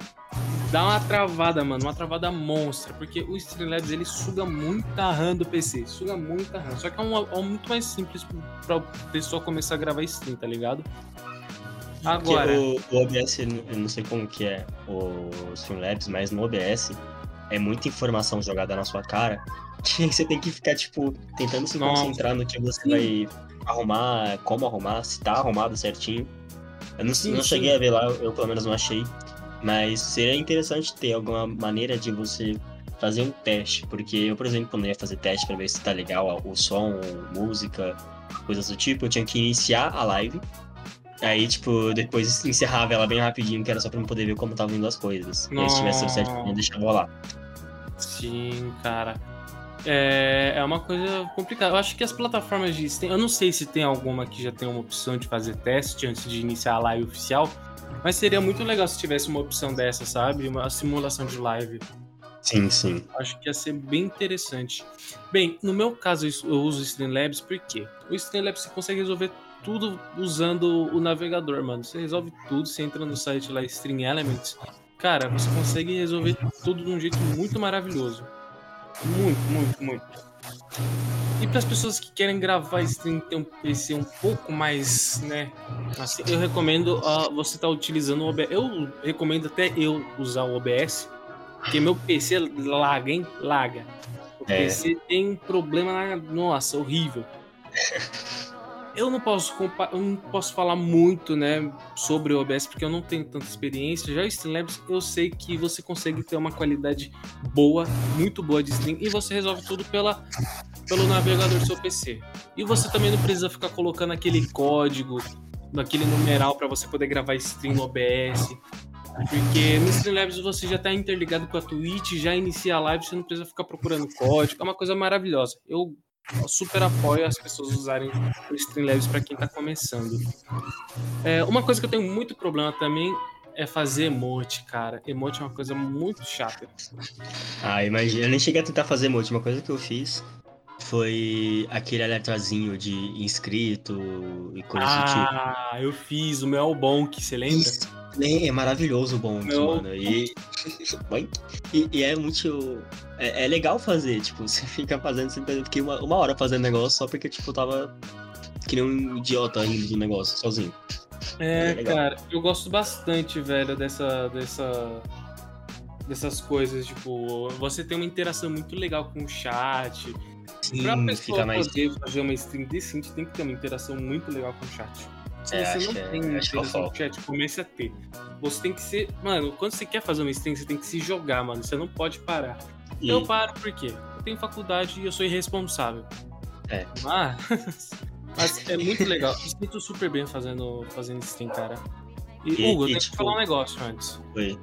dá uma travada, mano, uma travada monstra, porque o Streamlabs, ele suga muita RAM do P C, suga muita RAM. Só que é um, é um muito mais simples pra pessoa começar a gravar stream, tá ligado? Agora, Porque o, o O B S, eu não- eu não sei como que é o Streamlabs, mas no O B S é muita informação jogada na sua cara que você tem que ficar, tipo, tentando se Nossa. concentrar no que você Sim. vai arrumar, como arrumar, se tá arrumado certinho. Eu não, Sim, não sim. cheguei a ver lá, eu pelo menos não achei. Mas seria interessante ter alguma maneira de você fazer um teste, porque eu, por exemplo, quando eu ia fazer teste pra ver se tá legal o som, música, coisas do tipo, eu tinha que iniciar a live, aí, tipo, depois encerrava ela bem rapidinho, que era só pra eu poder ver como tava indo as coisas. E aí, se tivesse tudo certo, eu deixava rolar. Sim, cara. É, é uma coisa complicada. Eu acho que as plataformas de stream... Eu não sei se tem alguma que já tem uma opção de fazer teste antes de iniciar a live oficial, mas seria muito legal se tivesse uma opção dessa, sabe? Uma simulação de live. Sim, sim. Acho que ia ser bem interessante. Bem, no meu caso, eu uso o Streamlabs porque o Streamlabs você consegue resolver tudo usando o navegador, mano. Você resolve tudo, você entra no site lá, Stream Elements. Cara, você consegue resolver tudo de um jeito muito maravilhoso. Muito, muito, muito. E para as pessoas que querem gravar stream ter um P C um pouco mais, né? Assim, eu recomendo uh, você estar tá utilizando o O B S. Eu recomendo até eu usar o O B S, porque meu P C laga, hein? Laga. O é. P C tem problema, nossa, horrível. Eu não posso compa- eu não posso falar muito, né, sobre o O B S porque eu não tenho tanta experiência. Já o Streamlabs eu sei que você consegue ter uma qualidade boa, muito boa de stream, e você resolve tudo pela, pelo navegador do seu P C. E você também não precisa ficar colocando aquele código, aquele numeral para você poder gravar stream no O B S. Porque no Streamlabs você já está interligado com a Twitch, já inicia a live, você não precisa ficar procurando código. É uma coisa maravilhosa. Eu Eu super apoio as pessoas usarem o Streamlabs para quem está começando. É, uma coisa que eu tenho muito problema também é fazer emote, cara. Emote é uma coisa muito chata. Ah, imagina. Eu nem cheguei a tentar fazer emote. Uma coisa que eu fiz foi aquele alertazinho de inscrito e coisa ah, do tipo. Ah, eu fiz. O meu é o Bonk, você lembra? Isso. É maravilhoso o Bonk, meu... mano. E... e, e é muito... É, é legal fazer, tipo, você fica fazendo... Eu fiquei uma, uma hora fazendo negócio só porque, tipo, eu tava que nem um idiota rindo do negócio, sozinho. É, é cara, eu gosto bastante, velho, dessa... dessa... dessas coisas, tipo, você tem uma interação muito legal com o chat. Sim, pra pessoa fica mais... poder fazer uma stream decente, tem que ter uma interação muito legal com o chat. Se é, você não é, tem interação com o chat, comece a ter. Você tem que ser... Mano, quando você quer fazer uma stream, você tem que se jogar, mano. Você não pode parar. E... Eu paro por quê? Eu tenho faculdade e eu sou irresponsável. É. Mas, mas é muito legal. Eu sinto super bem fazendo, fazendo stream, cara. E, e Hugo, eu e, tenho tipo... que falar um negócio antes. Oi.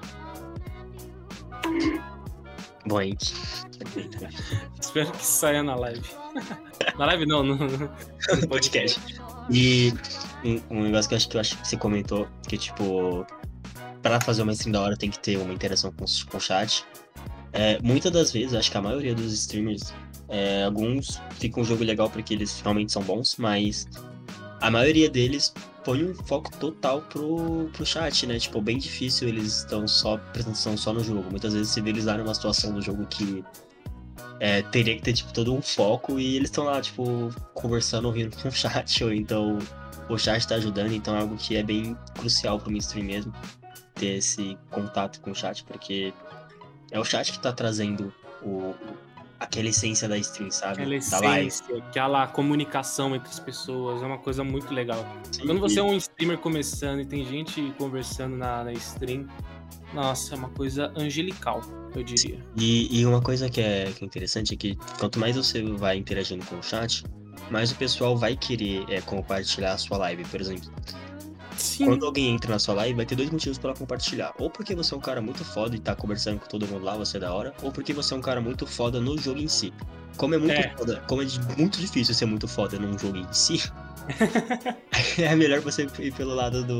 Bom, espero que saia na live. Na live não, no, no podcast. E um, um negócio que eu acho que eu acho que você comentou, que tipo, pra fazer uma stream da hora tem que ter uma interação com, com o chat. É, muitas das vezes, acho que a maioria dos streamers, é, alguns ficam um jogo legal porque eles realmente são bons, mas a maioria deles põe um foco total pro, pro chat, né? Tipo, bem difícil, eles estão só prestando atenção só no jogo. Muitas vezes civilizaram uma situação do jogo que é, teria que ter, tipo, todo um foco e eles estão lá, tipo, conversando, rindo com o chat, ou então o chat tá ajudando, então é algo que é bem crucial pro mainstream mesmo, ter esse contato com o chat, porque é o chat que tá trazendo o, aquela essência da stream, sabe? Aquela essência, aquela comunicação entre as pessoas, é uma coisa muito legal. Sim, quando você é um streamer começando e tem gente conversando na, na stream, nossa, é uma coisa angelical, eu diria. E, e uma coisa que é, que é interessante é que quanto mais você vai interagindo com o chat, mais o pessoal vai querer é, compartilhar a sua live, por exemplo. Sim. Quando alguém entra na sua live, vai ter dois motivos pra compartilhar. Ou porque você é um cara muito foda e tá conversando com todo mundo lá, você é da hora. Ou porque você é um cara muito foda no jogo em si. Como é muito é. foda, como é muito difícil ser muito foda num jogo em si, é melhor você ir pelo lado do...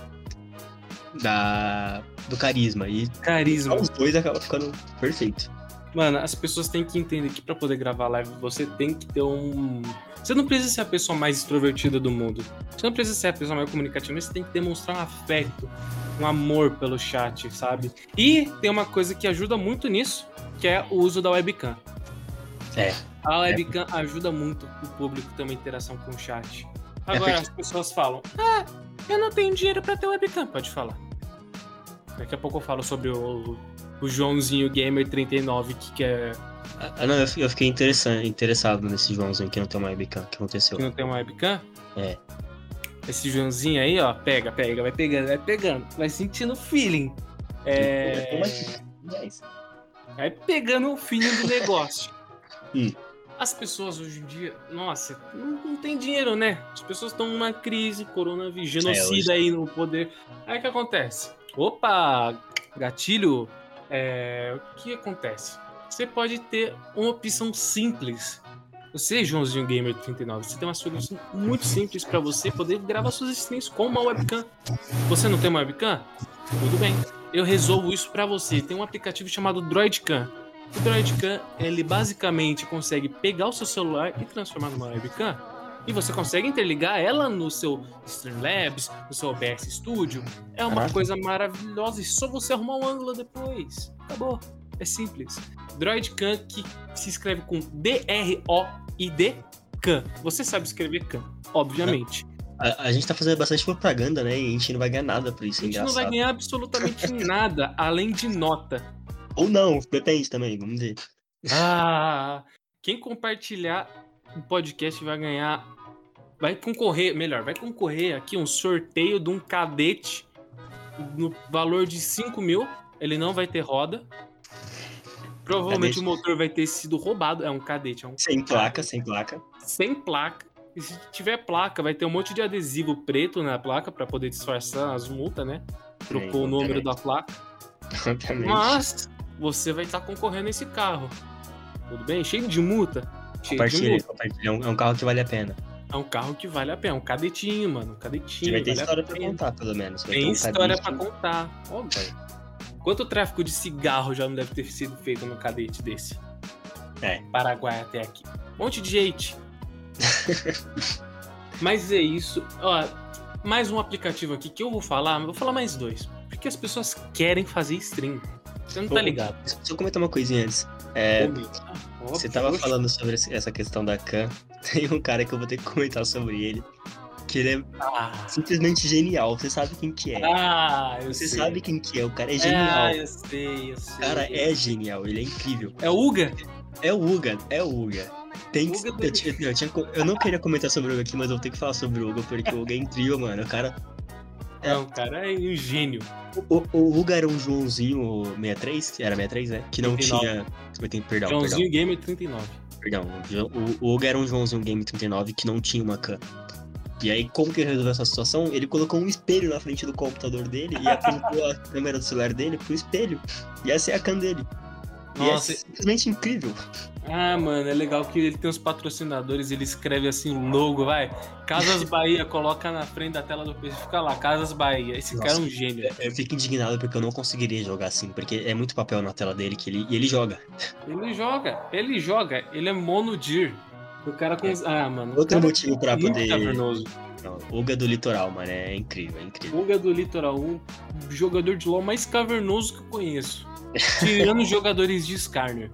Da... do carisma. E carisma. Os dois acabam ficando perfeito. Mano, as pessoas têm que entender que pra poder gravar live, você tem que ter um... Você não precisa ser a pessoa mais extrovertida do mundo. Você não precisa ser a pessoa mais comunicativa, mas você tem que demonstrar um afeto, um amor pelo chat, sabe? E tem uma coisa que ajuda muito nisso, que é o uso da webcam. É. A webcam é. ajuda muito o público ter uma interação com o chat. Agora, é porque... as pessoas falam, ah, eu não tenho dinheiro pra ter webcam. Pode falar. Daqui a pouco eu falo sobre o, o Joãozinho Gamer trinta e nove, que quer... Ah, não, eu fiquei interessado nesse Joãozinho que não tem uma webcam. O que aconteceu? Que não tem uma webcam? É. Esse Joãozinho aí, ó, pega, pega, vai pegando, vai pegando, vai sentindo o feeling. É... Vai pegando o feeling do negócio. hum. As pessoas hoje em dia, nossa, não, não tem dinheiro, né? As pessoas estão numa crise, coronavírus, genocida é, aí no poder. Aí o que acontece? Opa, gatilho, é... o que acontece? Você pode ter uma opção simples. Você, Joãozinho Gamer trinta e nove, você tem uma solução muito simples para você poder gravar suas streams com uma webcam. Você não tem uma webcam? Tudo bem, eu resolvo isso para você. Tem um aplicativo chamado Droidcam. O Droidcam, ele basicamente consegue pegar o seu celular e transformar numa webcam. E você consegue interligar ela no seu Streamlabs, no seu O B S Studio. É uma Caraca. coisa maravilhosa e só você arrumar um ângulo depois. Acabou. É simples. Droidcam, que se escreve com D R O I D Cam. Você sabe escrever Cam, obviamente. A, a gente tá fazendo bastante propaganda, né? E a gente não vai ganhar nada por isso. A gente engraçado. não vai ganhar absolutamente nada, além de nota. Ou não, depende também, vamos ver. Ah, quem compartilhar o podcast vai ganhar... Vai concorrer, melhor, vai concorrer aqui um sorteio de um cadete no valor de cinco mil. Ele não vai ter roda. Provavelmente cadete. O motor vai ter sido roubado. É um cadete. É um sem cadete. placa, sem placa. Sem placa. E se tiver placa, vai ter um monte de adesivo preto na placa pra poder disfarçar as multas, né? Trocou é, o número da placa. Obviamente. Mas você vai estar concorrendo a esse carro. Tudo bem? Cheio de multa. Cheio compartilha, de multa. compartilha. É um, é um carro que vale a pena. É um carro que vale a pena. É um cadetinho, mano. Um cadetinho. E vai ter vale história pra contar, pelo menos. Vai Tem um história cadete. pra contar. Ó, velho. Quanto tráfico de cigarro já não deve ter sido feito no cadete desse? É. Paraguai até aqui. Um monte de gente. Mas é isso. Ó, mais um aplicativo aqui que eu vou falar, mas vou falar mais dois. Porque as pessoas querem fazer stream. Você não tá ligado? Deixa eu comentar uma coisinha antes. É, ah, você tava poxa. falando sobre essa questão da Cam. Tem um cara que eu vou ter que comentar sobre ele. Que ele é ah. simplesmente genial. Você sabe quem que é. Ah, eu Você sei. sabe quem que é. O cara é genial. Ah, eu sei, eu sei. O cara é genial. Ele é incrível. É o Uga? É o Uga. É o Uga. Tem que... Uga do... eu, tinha, eu, tinha, eu não queria comentar sobre o Uga aqui, mas eu vou ter que falar sobre o Uga, porque o Uga é incrível, mano. O cara... É, o cara é um gênio. O, o, o Uga era um Joãozinho sessenta e três, era sessenta e três, né? Que não trinta e nove. Tinha... Perdão, Joãozinho perdão. Gamer trinta e nove. Perdão, o, o Uga era um Joãozinho Gamer trinta e nove que não tinha uma Cam. E aí, como que ele resolveu essa situação? Ele colocou um espelho na frente do computador dele e apontou a câmera do celular dele pro espelho. E essa é a Cam dele. Nossa. E é simplesmente incrível. Ah, mano, é legal que ele tem os patrocinadores, ele escreve assim o logo, vai. Casas Bahia, coloca na frente da tela do P C, fica lá, Casas Bahia. Esse Nossa, cara é um gênio. Eu fico indignado porque eu não conseguiria jogar assim, porque é muito papel na tela dele que ele, e ele joga. Ele joga, ele joga, ele é monodir. O cara com. É. Ah, mano. Outro motivo pra muito poder. Cavernoso. Não, Uga do Litoral, mano, é incrível, é incrível. Uga do Litoral, um jogador de LoL mais cavernoso que eu conheço. Tirando os jogadores de Skarner.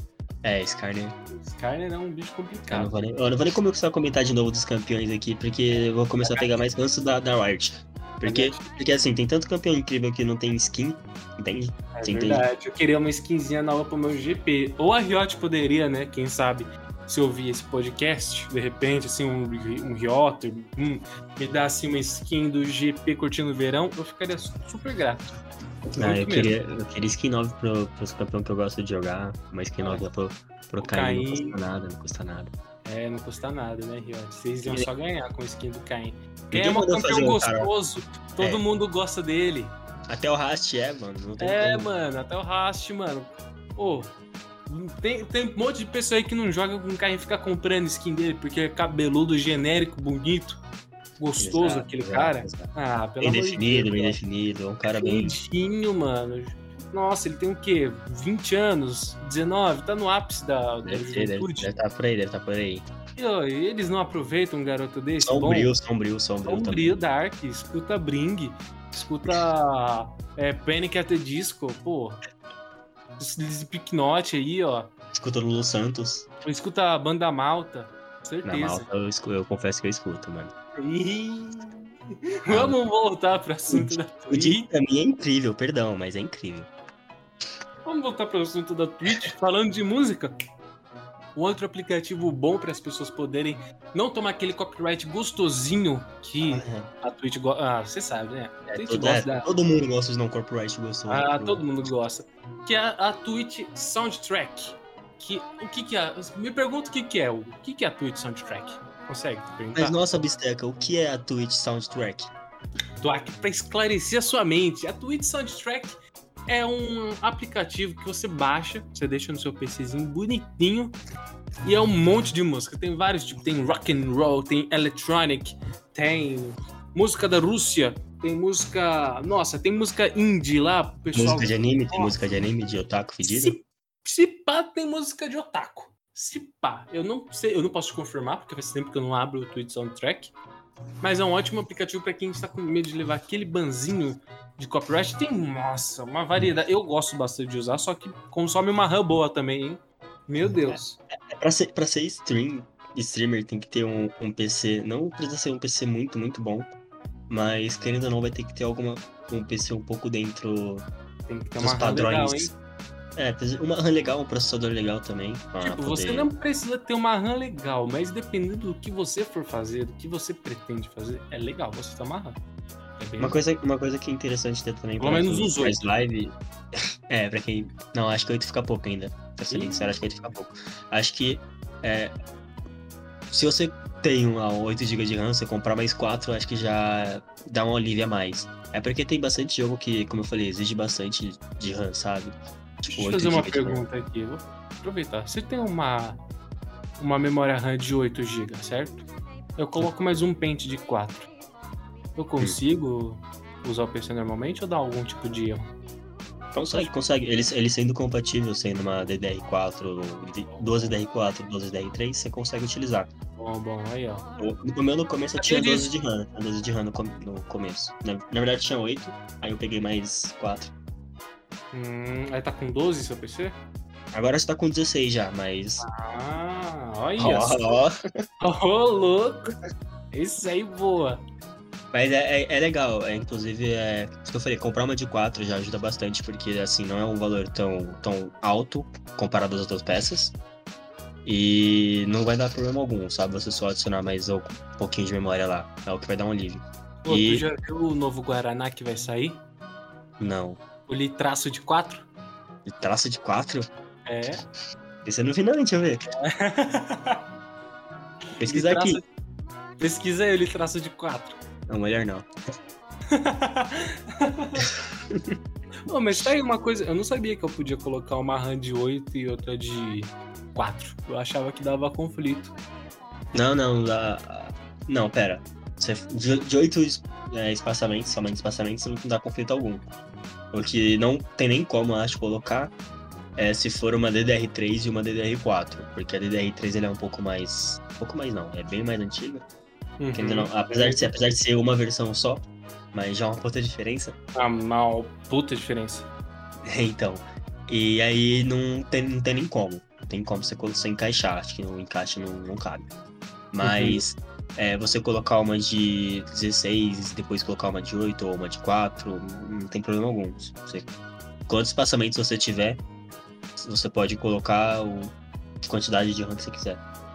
É, Skarner. Skarner é um bicho complicado. Eu não vou nem, eu não vou nem começar a comentar de novo dos campeões aqui, porque eu vou começar a pegar mais ranço da, da Riot. Porque, porque assim, tem tanto campeão incrível que não tem skin, entende? É Você verdade, entende? Eu queria uma skinzinha nova pro meu G P. Ou a Riot poderia, né, quem sabe, se ouvir esse podcast, de repente, assim, um, um Riot, um, me dar assim uma skin do G P curtindo o verão, eu ficaria super grato. Ah, eu queria, eu queria skin nova pro, pros campeões que eu gosto de jogar, uma skin nova pro, pro Caim, não custa nada, não custa nada. É, não custa nada, né, Riot? Vocês iam só ganhar com a skin do Caim. Ninguém é um campeão gostoso, cara. todo é. mundo gosta dele. Até o Rast é, mano. Não tem é, como. mano, até o Rast, mano. Pô, tem, tem um monte de pessoa aí que não joga com o Caim e fica comprando skin dele, porque é cabeludo, genérico, bonito. Gostoso exato, aquele exato, cara. Exato. Ah, pelo amor de Deus. Bem definido, bem Deus. definido. É um cara bem. Lindinho, mano. Nossa, ele tem o quê? vinte anos? dezenove? Tá no ápice da, da deve juventude. Deve, deve tá por aí, deve tá por aí. E, ó, eles não aproveitam um garoto desse? Sombrio, sombrio, sombrio. Sombrio, Dark. Escuta Bring. Escuta é, Panic! At the Disco. Pô. Slipknot aí, ó. Escuta Lulu Santos. Escuta a Banda Malta. Certeza. Na Malta eu, escuto, eu confesso que eu escuto, mano. Ih, vamos voltar pro assunto da Twitch. O Jim também é incrível, perdão, mas é incrível. Vamos voltar pro assunto da Twitch, falando de música. Um outro aplicativo bom para as pessoas poderem não tomar aquele copyright gostosinho que Ah, a Twitch gosta. Ah, você sabe, né? A é, Twitch todo, gosta é, da. todo mundo gosta de não copyright gostoso. Ah, pro- todo mundo gosta. Que é a, a Twitch Soundtrack. Que, o que que é? Me pergunta o que que é. O que que é a Twitch Soundtrack? Consegue perguntar? Mas nossa, Bisteca, o que é a Twitch Soundtrack? Tô aqui para esclarecer a sua mente. A Twitch Soundtrack é um aplicativo que você baixa, você deixa no seu PCzinho bonitinho e é um monte de música. Tem vários tipos, tem rock and roll, tem electronic, tem música da Rússia, tem música, nossa, tem música indie lá, pessoal. Música de anime? Tem Nossa. música de anime de otaku fedido? Se, se pá, tem música de otaku. Se pá, eu não sei, eu não posso te confirmar porque faz tempo que eu não abro o Twitch Soundtrack. Mas é um ótimo aplicativo para quem está com medo de levar aquele banzinho de copyright. Tem, nossa, uma variedade. Eu gosto bastante de usar, só que consome uma RAM boa também, hein? Meu Deus. É, pra, ser, pra ser stream, streamer tem que ter um, um P C. Não precisa ser um P C muito, muito bom. Mas querendo ou não, vai ter que ter alguma, um P C um pouco dentro Tem que ter dos uma RAM legal, padrões. hein? É, uma RAM legal, um processador legal também. Tipo, poder... você não precisa ter uma RAM legal, mas dependendo do que você for fazer, do que você pretende fazer, é legal você ter uma RAM. É bem Uma coisa, uma coisa que é interessante ter também Pelo pra menos quem os faz oito. live. É, pra quem. Não, acho que oito fica pouco ainda. Pra ser Ih. sincero, acho que oito fica pouco. Acho que. É, se você tem uma oito gigas de RAM, você comprar mais quatro, acho que já dá um alívio a mais. É porque tem bastante jogo que, como eu falei, exige bastante de RAM, sabe? Deixa eu oito fazer uma gigas de RAM. pergunta aqui. Vou aproveitar. Você tem uma, uma memória RAM de oito gigas, certo? Eu coloco mais um pente de quatro. Eu consigo usar o P C normalmente ou dá algum tipo de erro? Consegue, consegue. Ele, ele sendo compatível, sendo uma D D R quatro, doze D D R quatro, doze D D R três, você consegue utilizar. Bom, bom, aí ó. O, o meu no começo eu Sabia tinha doze disso. de RAM, tinha doze de RAM no, com- no começo. Na, na verdade tinha oito, aí eu peguei mais quatro. Hum, aí tá com doze seu P C? Agora você tá com dezesseis já, mas. Ah, olha Ó, só. ó. Ô, louco. Isso aí voa. Mas é, é, é legal, é, inclusive, é, isso que eu falei, comprar uma de quatro já ajuda bastante, porque assim, não é um valor tão, tão alto comparado às outras peças. E não vai dar problema algum, sabe? Você só adicionar mais um pouquinho de memória lá. É o que vai dar um alívio. Pô, E- tu já viu o novo Guaraná que vai sair? Não. O litraço de quatro? E traço de quatro? É. Esse eu não vi não, deixa eu ver. Pesquisar Litraço- aqui. Pesquisa aí o litraço de quatro. Não, melhor não. Pô, mas tá aí uma coisa. Eu não sabia que eu podia colocar uma RAM de oito e outra de quatro. Eu achava que dava conflito. Não, não, dá. Não, pera. Você- De, de oito es- é, espaçamentos, somente espaçamentos, não dá conflito algum. O que não tem nem como, eu acho, colocar é se for uma D D R três e uma D D R quatro. Porque a D D R três ele é um pouco mais. Um pouco mais não, é bem mais antiga. Uhum. Que ainda não- apesar, de ser, apesar de ser uma versão só, mas já é uma puta diferença. Ah, mal, puta diferença. Então. E aí não tem, não tem nem como. Não tem como você, você encaixar. Acho que o encaixe não, não cabe. Mas é, você colocar uma de dezesseis, depois colocar uma de oito ou uma de quatro, não tem problema algum. Você, quantos espaçamentos você tiver, você pode colocar o, a quantidade de RAM que você quiser.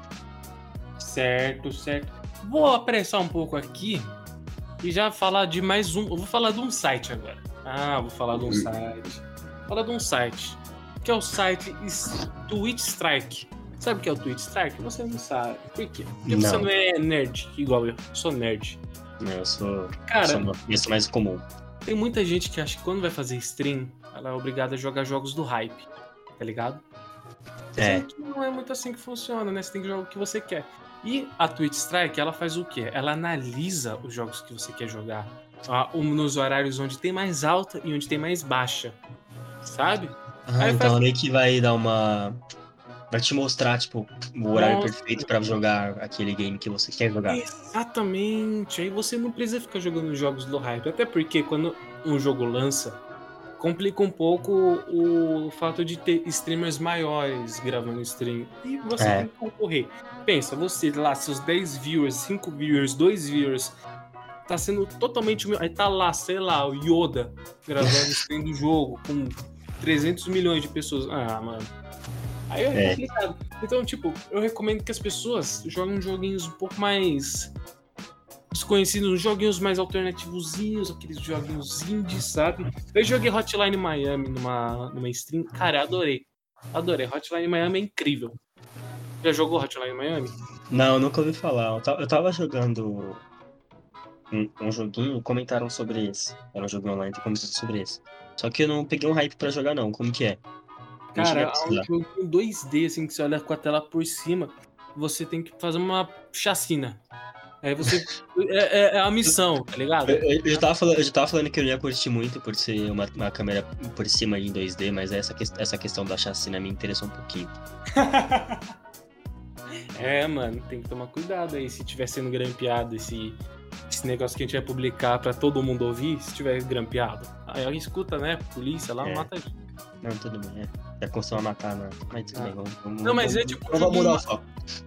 Certo, certo. Vou apressar um pouco aqui e já falar de mais um. Eu vou falar de um site agora. Ah, vou falar de um site. Vou falar de um site. Que é o site S- Twitch Strike. Sabe o que é o Twitch Strike? Você não sabe. Por quê? Porque você Não. não é nerd, igual eu. Eu sou nerd. Eu sou, Cara, sou uma- isso mais comum. tem muita gente que acha que quando vai fazer stream, ela é obrigada a jogar jogos do hype. Tá ligado? É. Sendo que não é muito assim que funciona, né? Você tem que jogar o que você quer. E a Twitch Strike, ela faz o quê? Ela analisa os jogos que você quer jogar. Ah, um, nos horários onde tem mais alta e onde tem mais baixa. Sabe? Ah, Aí então faz- meio que vai dar uma. Vai te mostrar, tipo, o horário Nossa. perfeito pra jogar aquele game que você quer jogar. Exatamente. Aí você não precisa ficar jogando jogos do hype. Até porque quando um jogo lança, complica um pouco o fato de ter streamers maiores gravando stream. E você É. tem que concorrer. Pensa, você lá, seus dez viewers, cinco viewers, dois viewers, tá sendo totalmente... Aí tá lá, sei lá, o Yoda gravando stream do jogo com trezentos milhões de pessoas. Ah, mano. Aí é, É. complicado. Então, tipo, eu recomendo que as pessoas joguem joguinhos um pouco mais desconhecidos, joguinhos mais alternativozinhos, aqueles joguinhos indies, sabe? Eu joguei Hotline Miami numa, numa stream, cara, adorei. Adorei. Hotline Miami é incrível. Já jogou Hotline Miami? Não, nunca ouvi falar. Eu tava, eu tava jogando um, um joguinho, comentaram sobre esse. Era um jogo online, comentaram sobre esse. Só que eu não peguei um hype pra jogar, não. Como que é? Nem cheguei a Cara, é um precisar. jogo em dois D, assim, que você olha com a tela por cima, você tem que fazer uma chacina. Aí você. É, é, é a missão, tá ligado? Eu, eu, eu já tava falando, eu já tava falando que eu não ia curtir muito por ser uma, uma câmera por cima em dois D, mas essa, que- essa questão da chacina me interessou um pouquinho. É, mano, tem que tomar cuidado aí se tiver sendo grampeado esse, esse negócio que a gente vai publicar pra todo mundo ouvir, se tiver grampeado. Aí alguém escuta, né? Polícia lá, É. mata a gente. Não, tudo bem, é. Já costuma matar, né? Mas tudo Ah. bem, vamos, vamos, Não, mas vamos, é tipo um Não vamos joguinho- mudar o foco.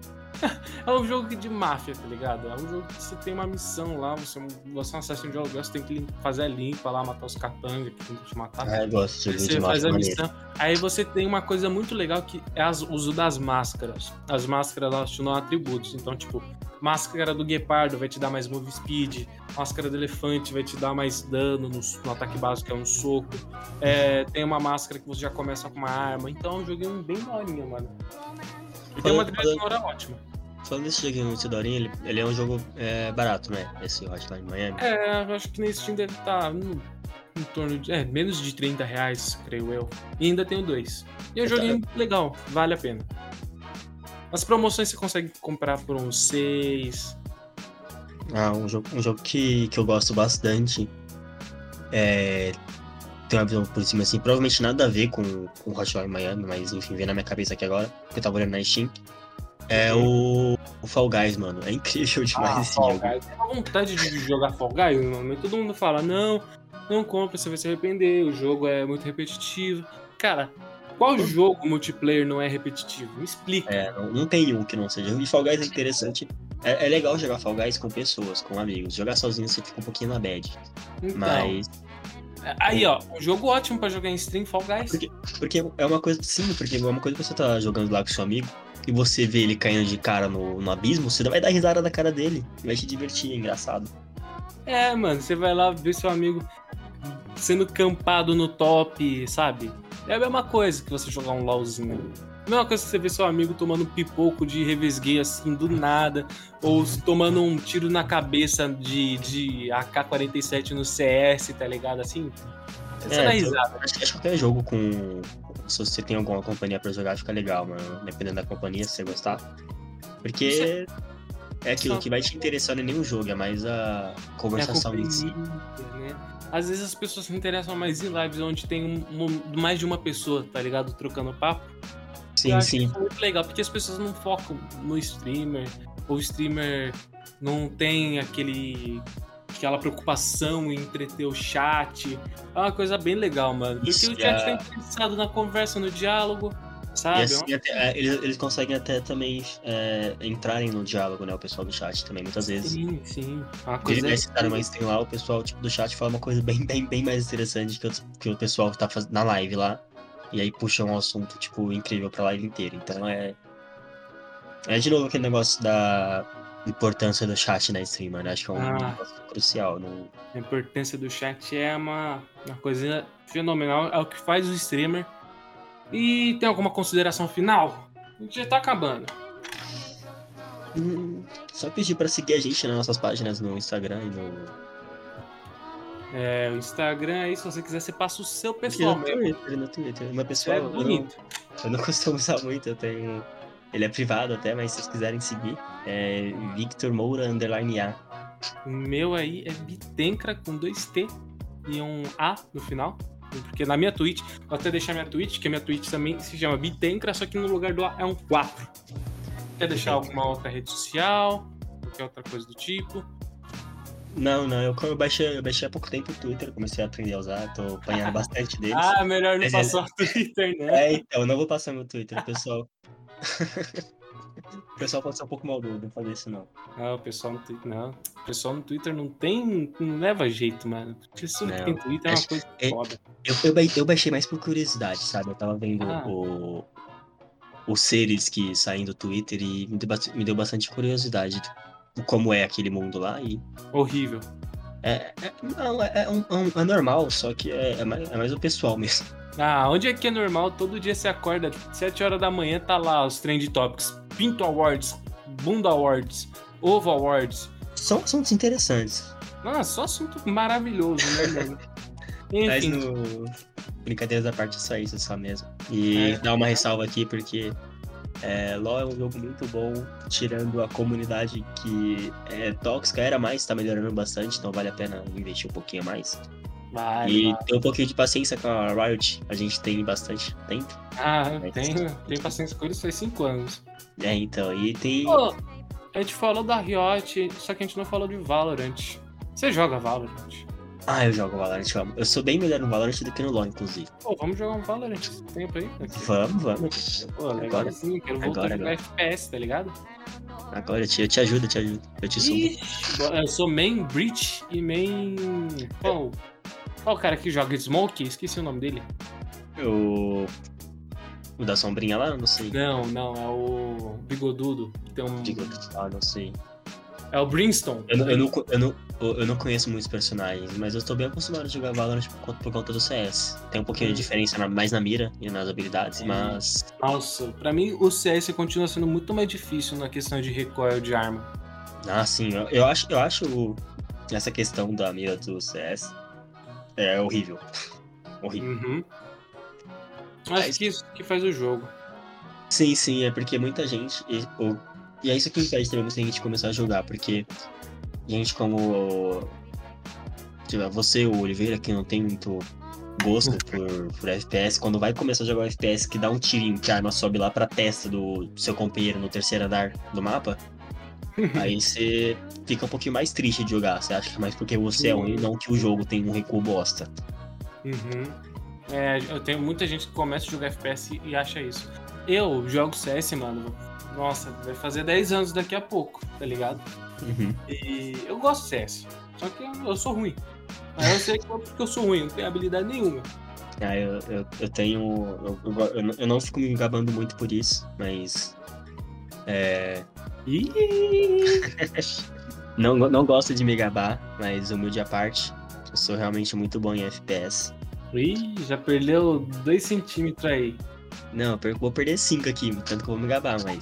É um jogo de máfia, tá ligado? É um jogo que você tem uma missão lá, você, você é um assassino de aluguel, você tem que lim- fazer a limpa lá, matar os capangas que tentam te matar. Ah, eu gosto de jogo Você de faz máfia a maneiro. missão. Aí você tem uma coisa muito legal que é as- o uso das máscaras. As máscaras elas te dão atributos. Então, tipo, máscara do guepardo vai te dar mais move speed. Máscara do elefante vai te dar mais dano no, no ataque básico, que é um soco. É, tem uma máscara que você já começa com uma arma. Então é um joguinho bem daorinha, mano. E tem uma trilha sonora ótima. Falando desse joguinho de Dorinha, ele, ele é um jogo é, barato, né? Esse Hotline Miami. É, eu acho que nesse Steam deve estar no, em torno de. É, menos de trinta reais, creio eu. E ainda tenho dois. E é um joguinho legal, vale a pena. As promoções você consegue comprar por uns seis. Ah, um jogo, um jogo que, que eu gosto bastante. É, tem uma visão por cima assim, provavelmente nada a ver com, com Hotline Miami, mas enfim, vem na minha cabeça aqui agora, porque eu tava olhando na Steam. É o, o Fall Guys, mano. É incrível demais Ah, esse Fall jogo. Guys. Tem uma vontade de jogar Fall Guys, mano. Todo mundo fala, não, não compra, você vai se arrepender, o jogo é muito repetitivo. Cara, qual jogo multiplayer não é repetitivo? Me explica. É, não, não tem um que não seja. E Fall Guys é interessante. É, é legal jogar Fall Guys com pessoas, com amigos. Jogar sozinho você fica um pouquinho na bad. Então, Mas. aí, ó, um jogo ótimo pra jogar em stream, Fall Guys. Porque, porque é uma coisa. Sim, porque é uma coisa que você tá jogando lá com seu amigo e você vê ele caindo de cara no, no abismo, você vai dar risada da cara dele. Vai te divertir, é engraçado. É, mano, você vai lá ver seu amigo sendo campado no top, sabe? É a mesma coisa que você jogar um LOLzinho. A mesma coisa que você ver seu amigo tomando um pipoco de revesgueio assim do nada, ou tomando um tiro na cabeça de, de A K quarenta e sete no C S, tá ligado? Assim, você É, dá então, risada. Acho, acho que qualquer jogo com. Se você tem alguma companhia pra jogar, fica legal, mano. Dependendo da companhia, se você gostar. Porque é aquilo que vai te interessar em nenhum jogo, é mais a É a conversação em si. companhia, né? Às vezes as pessoas se interessam mais em lives onde tem um- um- mais de uma pessoa, tá ligado? Trocando papo. Eu Sim, acho sim. isso muito legal, porque as pessoas não focam no streamer, ou o streamer não tem aquele, aquela preocupação em entreter o chat. É uma coisa bem legal, mano. Porque Isso, o chat é. tá interessado na conversa, no diálogo, E sabe? assim, até- é, eles, eles conseguem até também é, entrarem no diálogo, né? O pessoal do chat também, muitas vezes. Sim, sim. É uma Ele coisa vai citar, mas tem lá o pessoal tipo, do chat fala uma coisa bem, bem, bem mais interessante que o, que o pessoal que tá fazendo na live lá. E aí puxa um assunto, tipo, incrível pra live inteira. Então é. É de novo aquele negócio da importância do chat na stream, né? Acho que é um Ah. negócio crucial. Não... A importância do chat é uma, uma coisa fenomenal, é o que faz o streamer. E tem alguma consideração final? A gente já tá acabando. Hum, Só pedir pra seguir a gente nas nossas páginas no Instagram e no. É, o Instagram aí, se você quiser, você passa o seu E no pessoal mesmo. Twitter, no Twitter. Meu Isso pessoal, é eu não, bonito. eu não costumo usar muito, eu tenho. Ele é privado até, mas se vocês quiserem seguir, é Victor Moura underline A. O meu aí é Bitencra com dois T e um A no final. Porque na minha Twitch, vou até deixar minha Twitch, que a minha Twitch também se chama Bitencra, só que no lugar do A é um quatro. Quer deixar alguma outra rede social? Qualquer outra coisa do tipo? Não, não, eu, eu, baixei, eu baixei há pouco tempo o Twitter, comecei a aprender a usar, tô apanhando bastante deles. Ah, melhor não Mas passar o Twitter, né? É, então, eu não vou passar meu Twitter, pessoal. O pessoal pode ser um pouco maldoso, não fazer isso não. Ah, o pessoal no Twitter não. O pessoal no Twitter não tem. Não leva jeito, mano. Porque se Não. não tem Twitter é uma coisa É- foda. Eu, eu, ba- eu baixei mais por curiosidade, sabe? Eu tava vendo Ah. o, os seres que saem do Twitter e me deu, bast- me deu bastante curiosidade de como é aquele mundo lá. E Horrível. é, é, não, é, é um- é um- é normal, só que é, é mais, é mais o pessoal mesmo. Ah, onde é que é normal? Todo dia você acorda, sete horas da manhã, tá lá os Trend Topics. Pinto Awards, Bunda Awards, Ovo Awards. São assuntos interessantes. Nossa, só assunto maravilhoso, né, mano? Mas Enfim, no. Brincadeiras da parte, é só isso, só mesmo. E É. dar uma ressalva aqui, porque é, LoL é um jogo muito bom, tirando a comunidade que é tóxica, era mais, tá melhorando bastante, então vale a pena investir um pouquinho a mais. vai, E vai. ter um pouquinho de paciência com a Riot, a gente tem bastante tempo. Ah, tenho, tenho paciência com eles faz cinco anos. É, então, e tem. Pô, a gente falou da Riot, só que a gente não falou de Valorant. Você joga Valorant? Ah, eu jogo Valorant, eu amo. Eu sou bem melhor no Valorant do que no LoL, inclusive. Pô, vamos jogar um Valorant esse tempo aí? Aqui. Vamos, vamos. Pô, legal Agora. sim, quero voltar Agora, a jogar agora. F P S, tá ligado? Agora eu te, eu te ajudo, eu te ajudo. Eu te subo. Ixi, eu sou main Breach e main... Qual, qual o cara que joga Smoke? Esqueci o nome dele. O. O da sombrinha lá? Não sei. Não, não, é o Bigodudo. Que tem um... Digo, ah, não sei. É o Brimstone. Eu, não- eu, não, co- eu, não, eu não conheço muitos personagens, mas eu tô bem acostumado a jogar Valorant por, conta- por conta do C S. Tem um pouquinho de diferença na- mais na mira e nas habilidades, Hum. mas. Nossa, pra mim o C S continua sendo muito mais difícil na questão de recoil de arma. Ah, sim, eu, eu acho, eu acho o- essa questão da mira do C S é horrível. Horrível. Uhum. Mas- Acho que isso que faz o jogo. Sim, sim, é porque muita gente. E, o- e é isso que impede também muita gente começar a jogar, porque gente como. Tipo, você, o Oliveira, que não tem muito gosto por, por F P S, quando vai começar a jogar um F P S que dá um tirinho que a arma sobe lá pra testa do seu companheiro no terceiro andar do mapa, aí você fica um pouquinho mais triste de jogar. Você acha que é mais porque você é ruim, não que o jogo tem um recuo bosta. Uhum. É, eu tenho muita gente que começa a jogar F P S e acha isso. Eu jogo C S, mano. Nossa, vai fazer dez anos daqui a pouco, tá ligado? Uhum. E eu gosto de C S. Só que eu, eu sou ruim. Mas eu sei que é porque eu sou ruim, não tenho habilidade nenhuma. Ah, eu, eu, eu tenho. Eu, eu, eu não- eu não fico me gabando muito por isso, mas. É. Ih! Não, não gosto de me gabar, mas humilde à parte, eu sou realmente muito bom em F P S. Ih, já perdeu dois centímetros aí. Não, eu per- vou perder cinco aqui, tanto que eu vou me gabar, mas.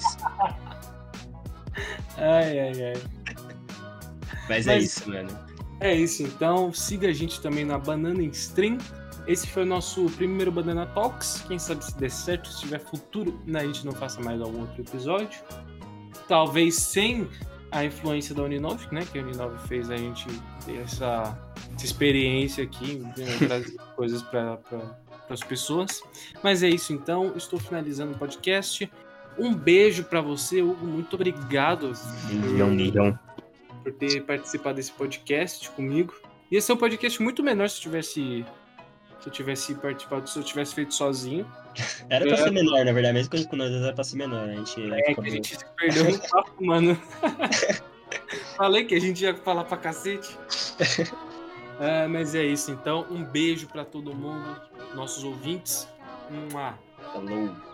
Ai, ai, ai. Mas é Mas- isso, mano. É isso, então siga a gente também na Banana Stream. Esse foi o nosso primeiro Banana Talks. Quem sabe se der certo, se tiver futuro, né, a gente não faça mais algum outro episódio. Talvez sem a influência da Uninove, né? Que a Uninove fez a gente ter essa, essa experiência aqui, né, trazer coisas para pra, as pessoas. Mas é isso, então. Estou finalizando o podcast. Um beijo para você, Hugo. Muito obrigado Milhão, milhão. por ter participado desse podcast comigo. Ia ser um podcast muito menor se eu tivesse, se eu tivesse participado, se eu tivesse feito sozinho. Era pra É. ser menor, na verdade, mesmo coisa com nós era pra ser menor. A gente. É que a gente se perdeu no papo, mano. Falei que a gente ia falar pra cacete. É, mas é isso, então. Um beijo pra todo mundo, nossos ouvintes. Mua. Falou.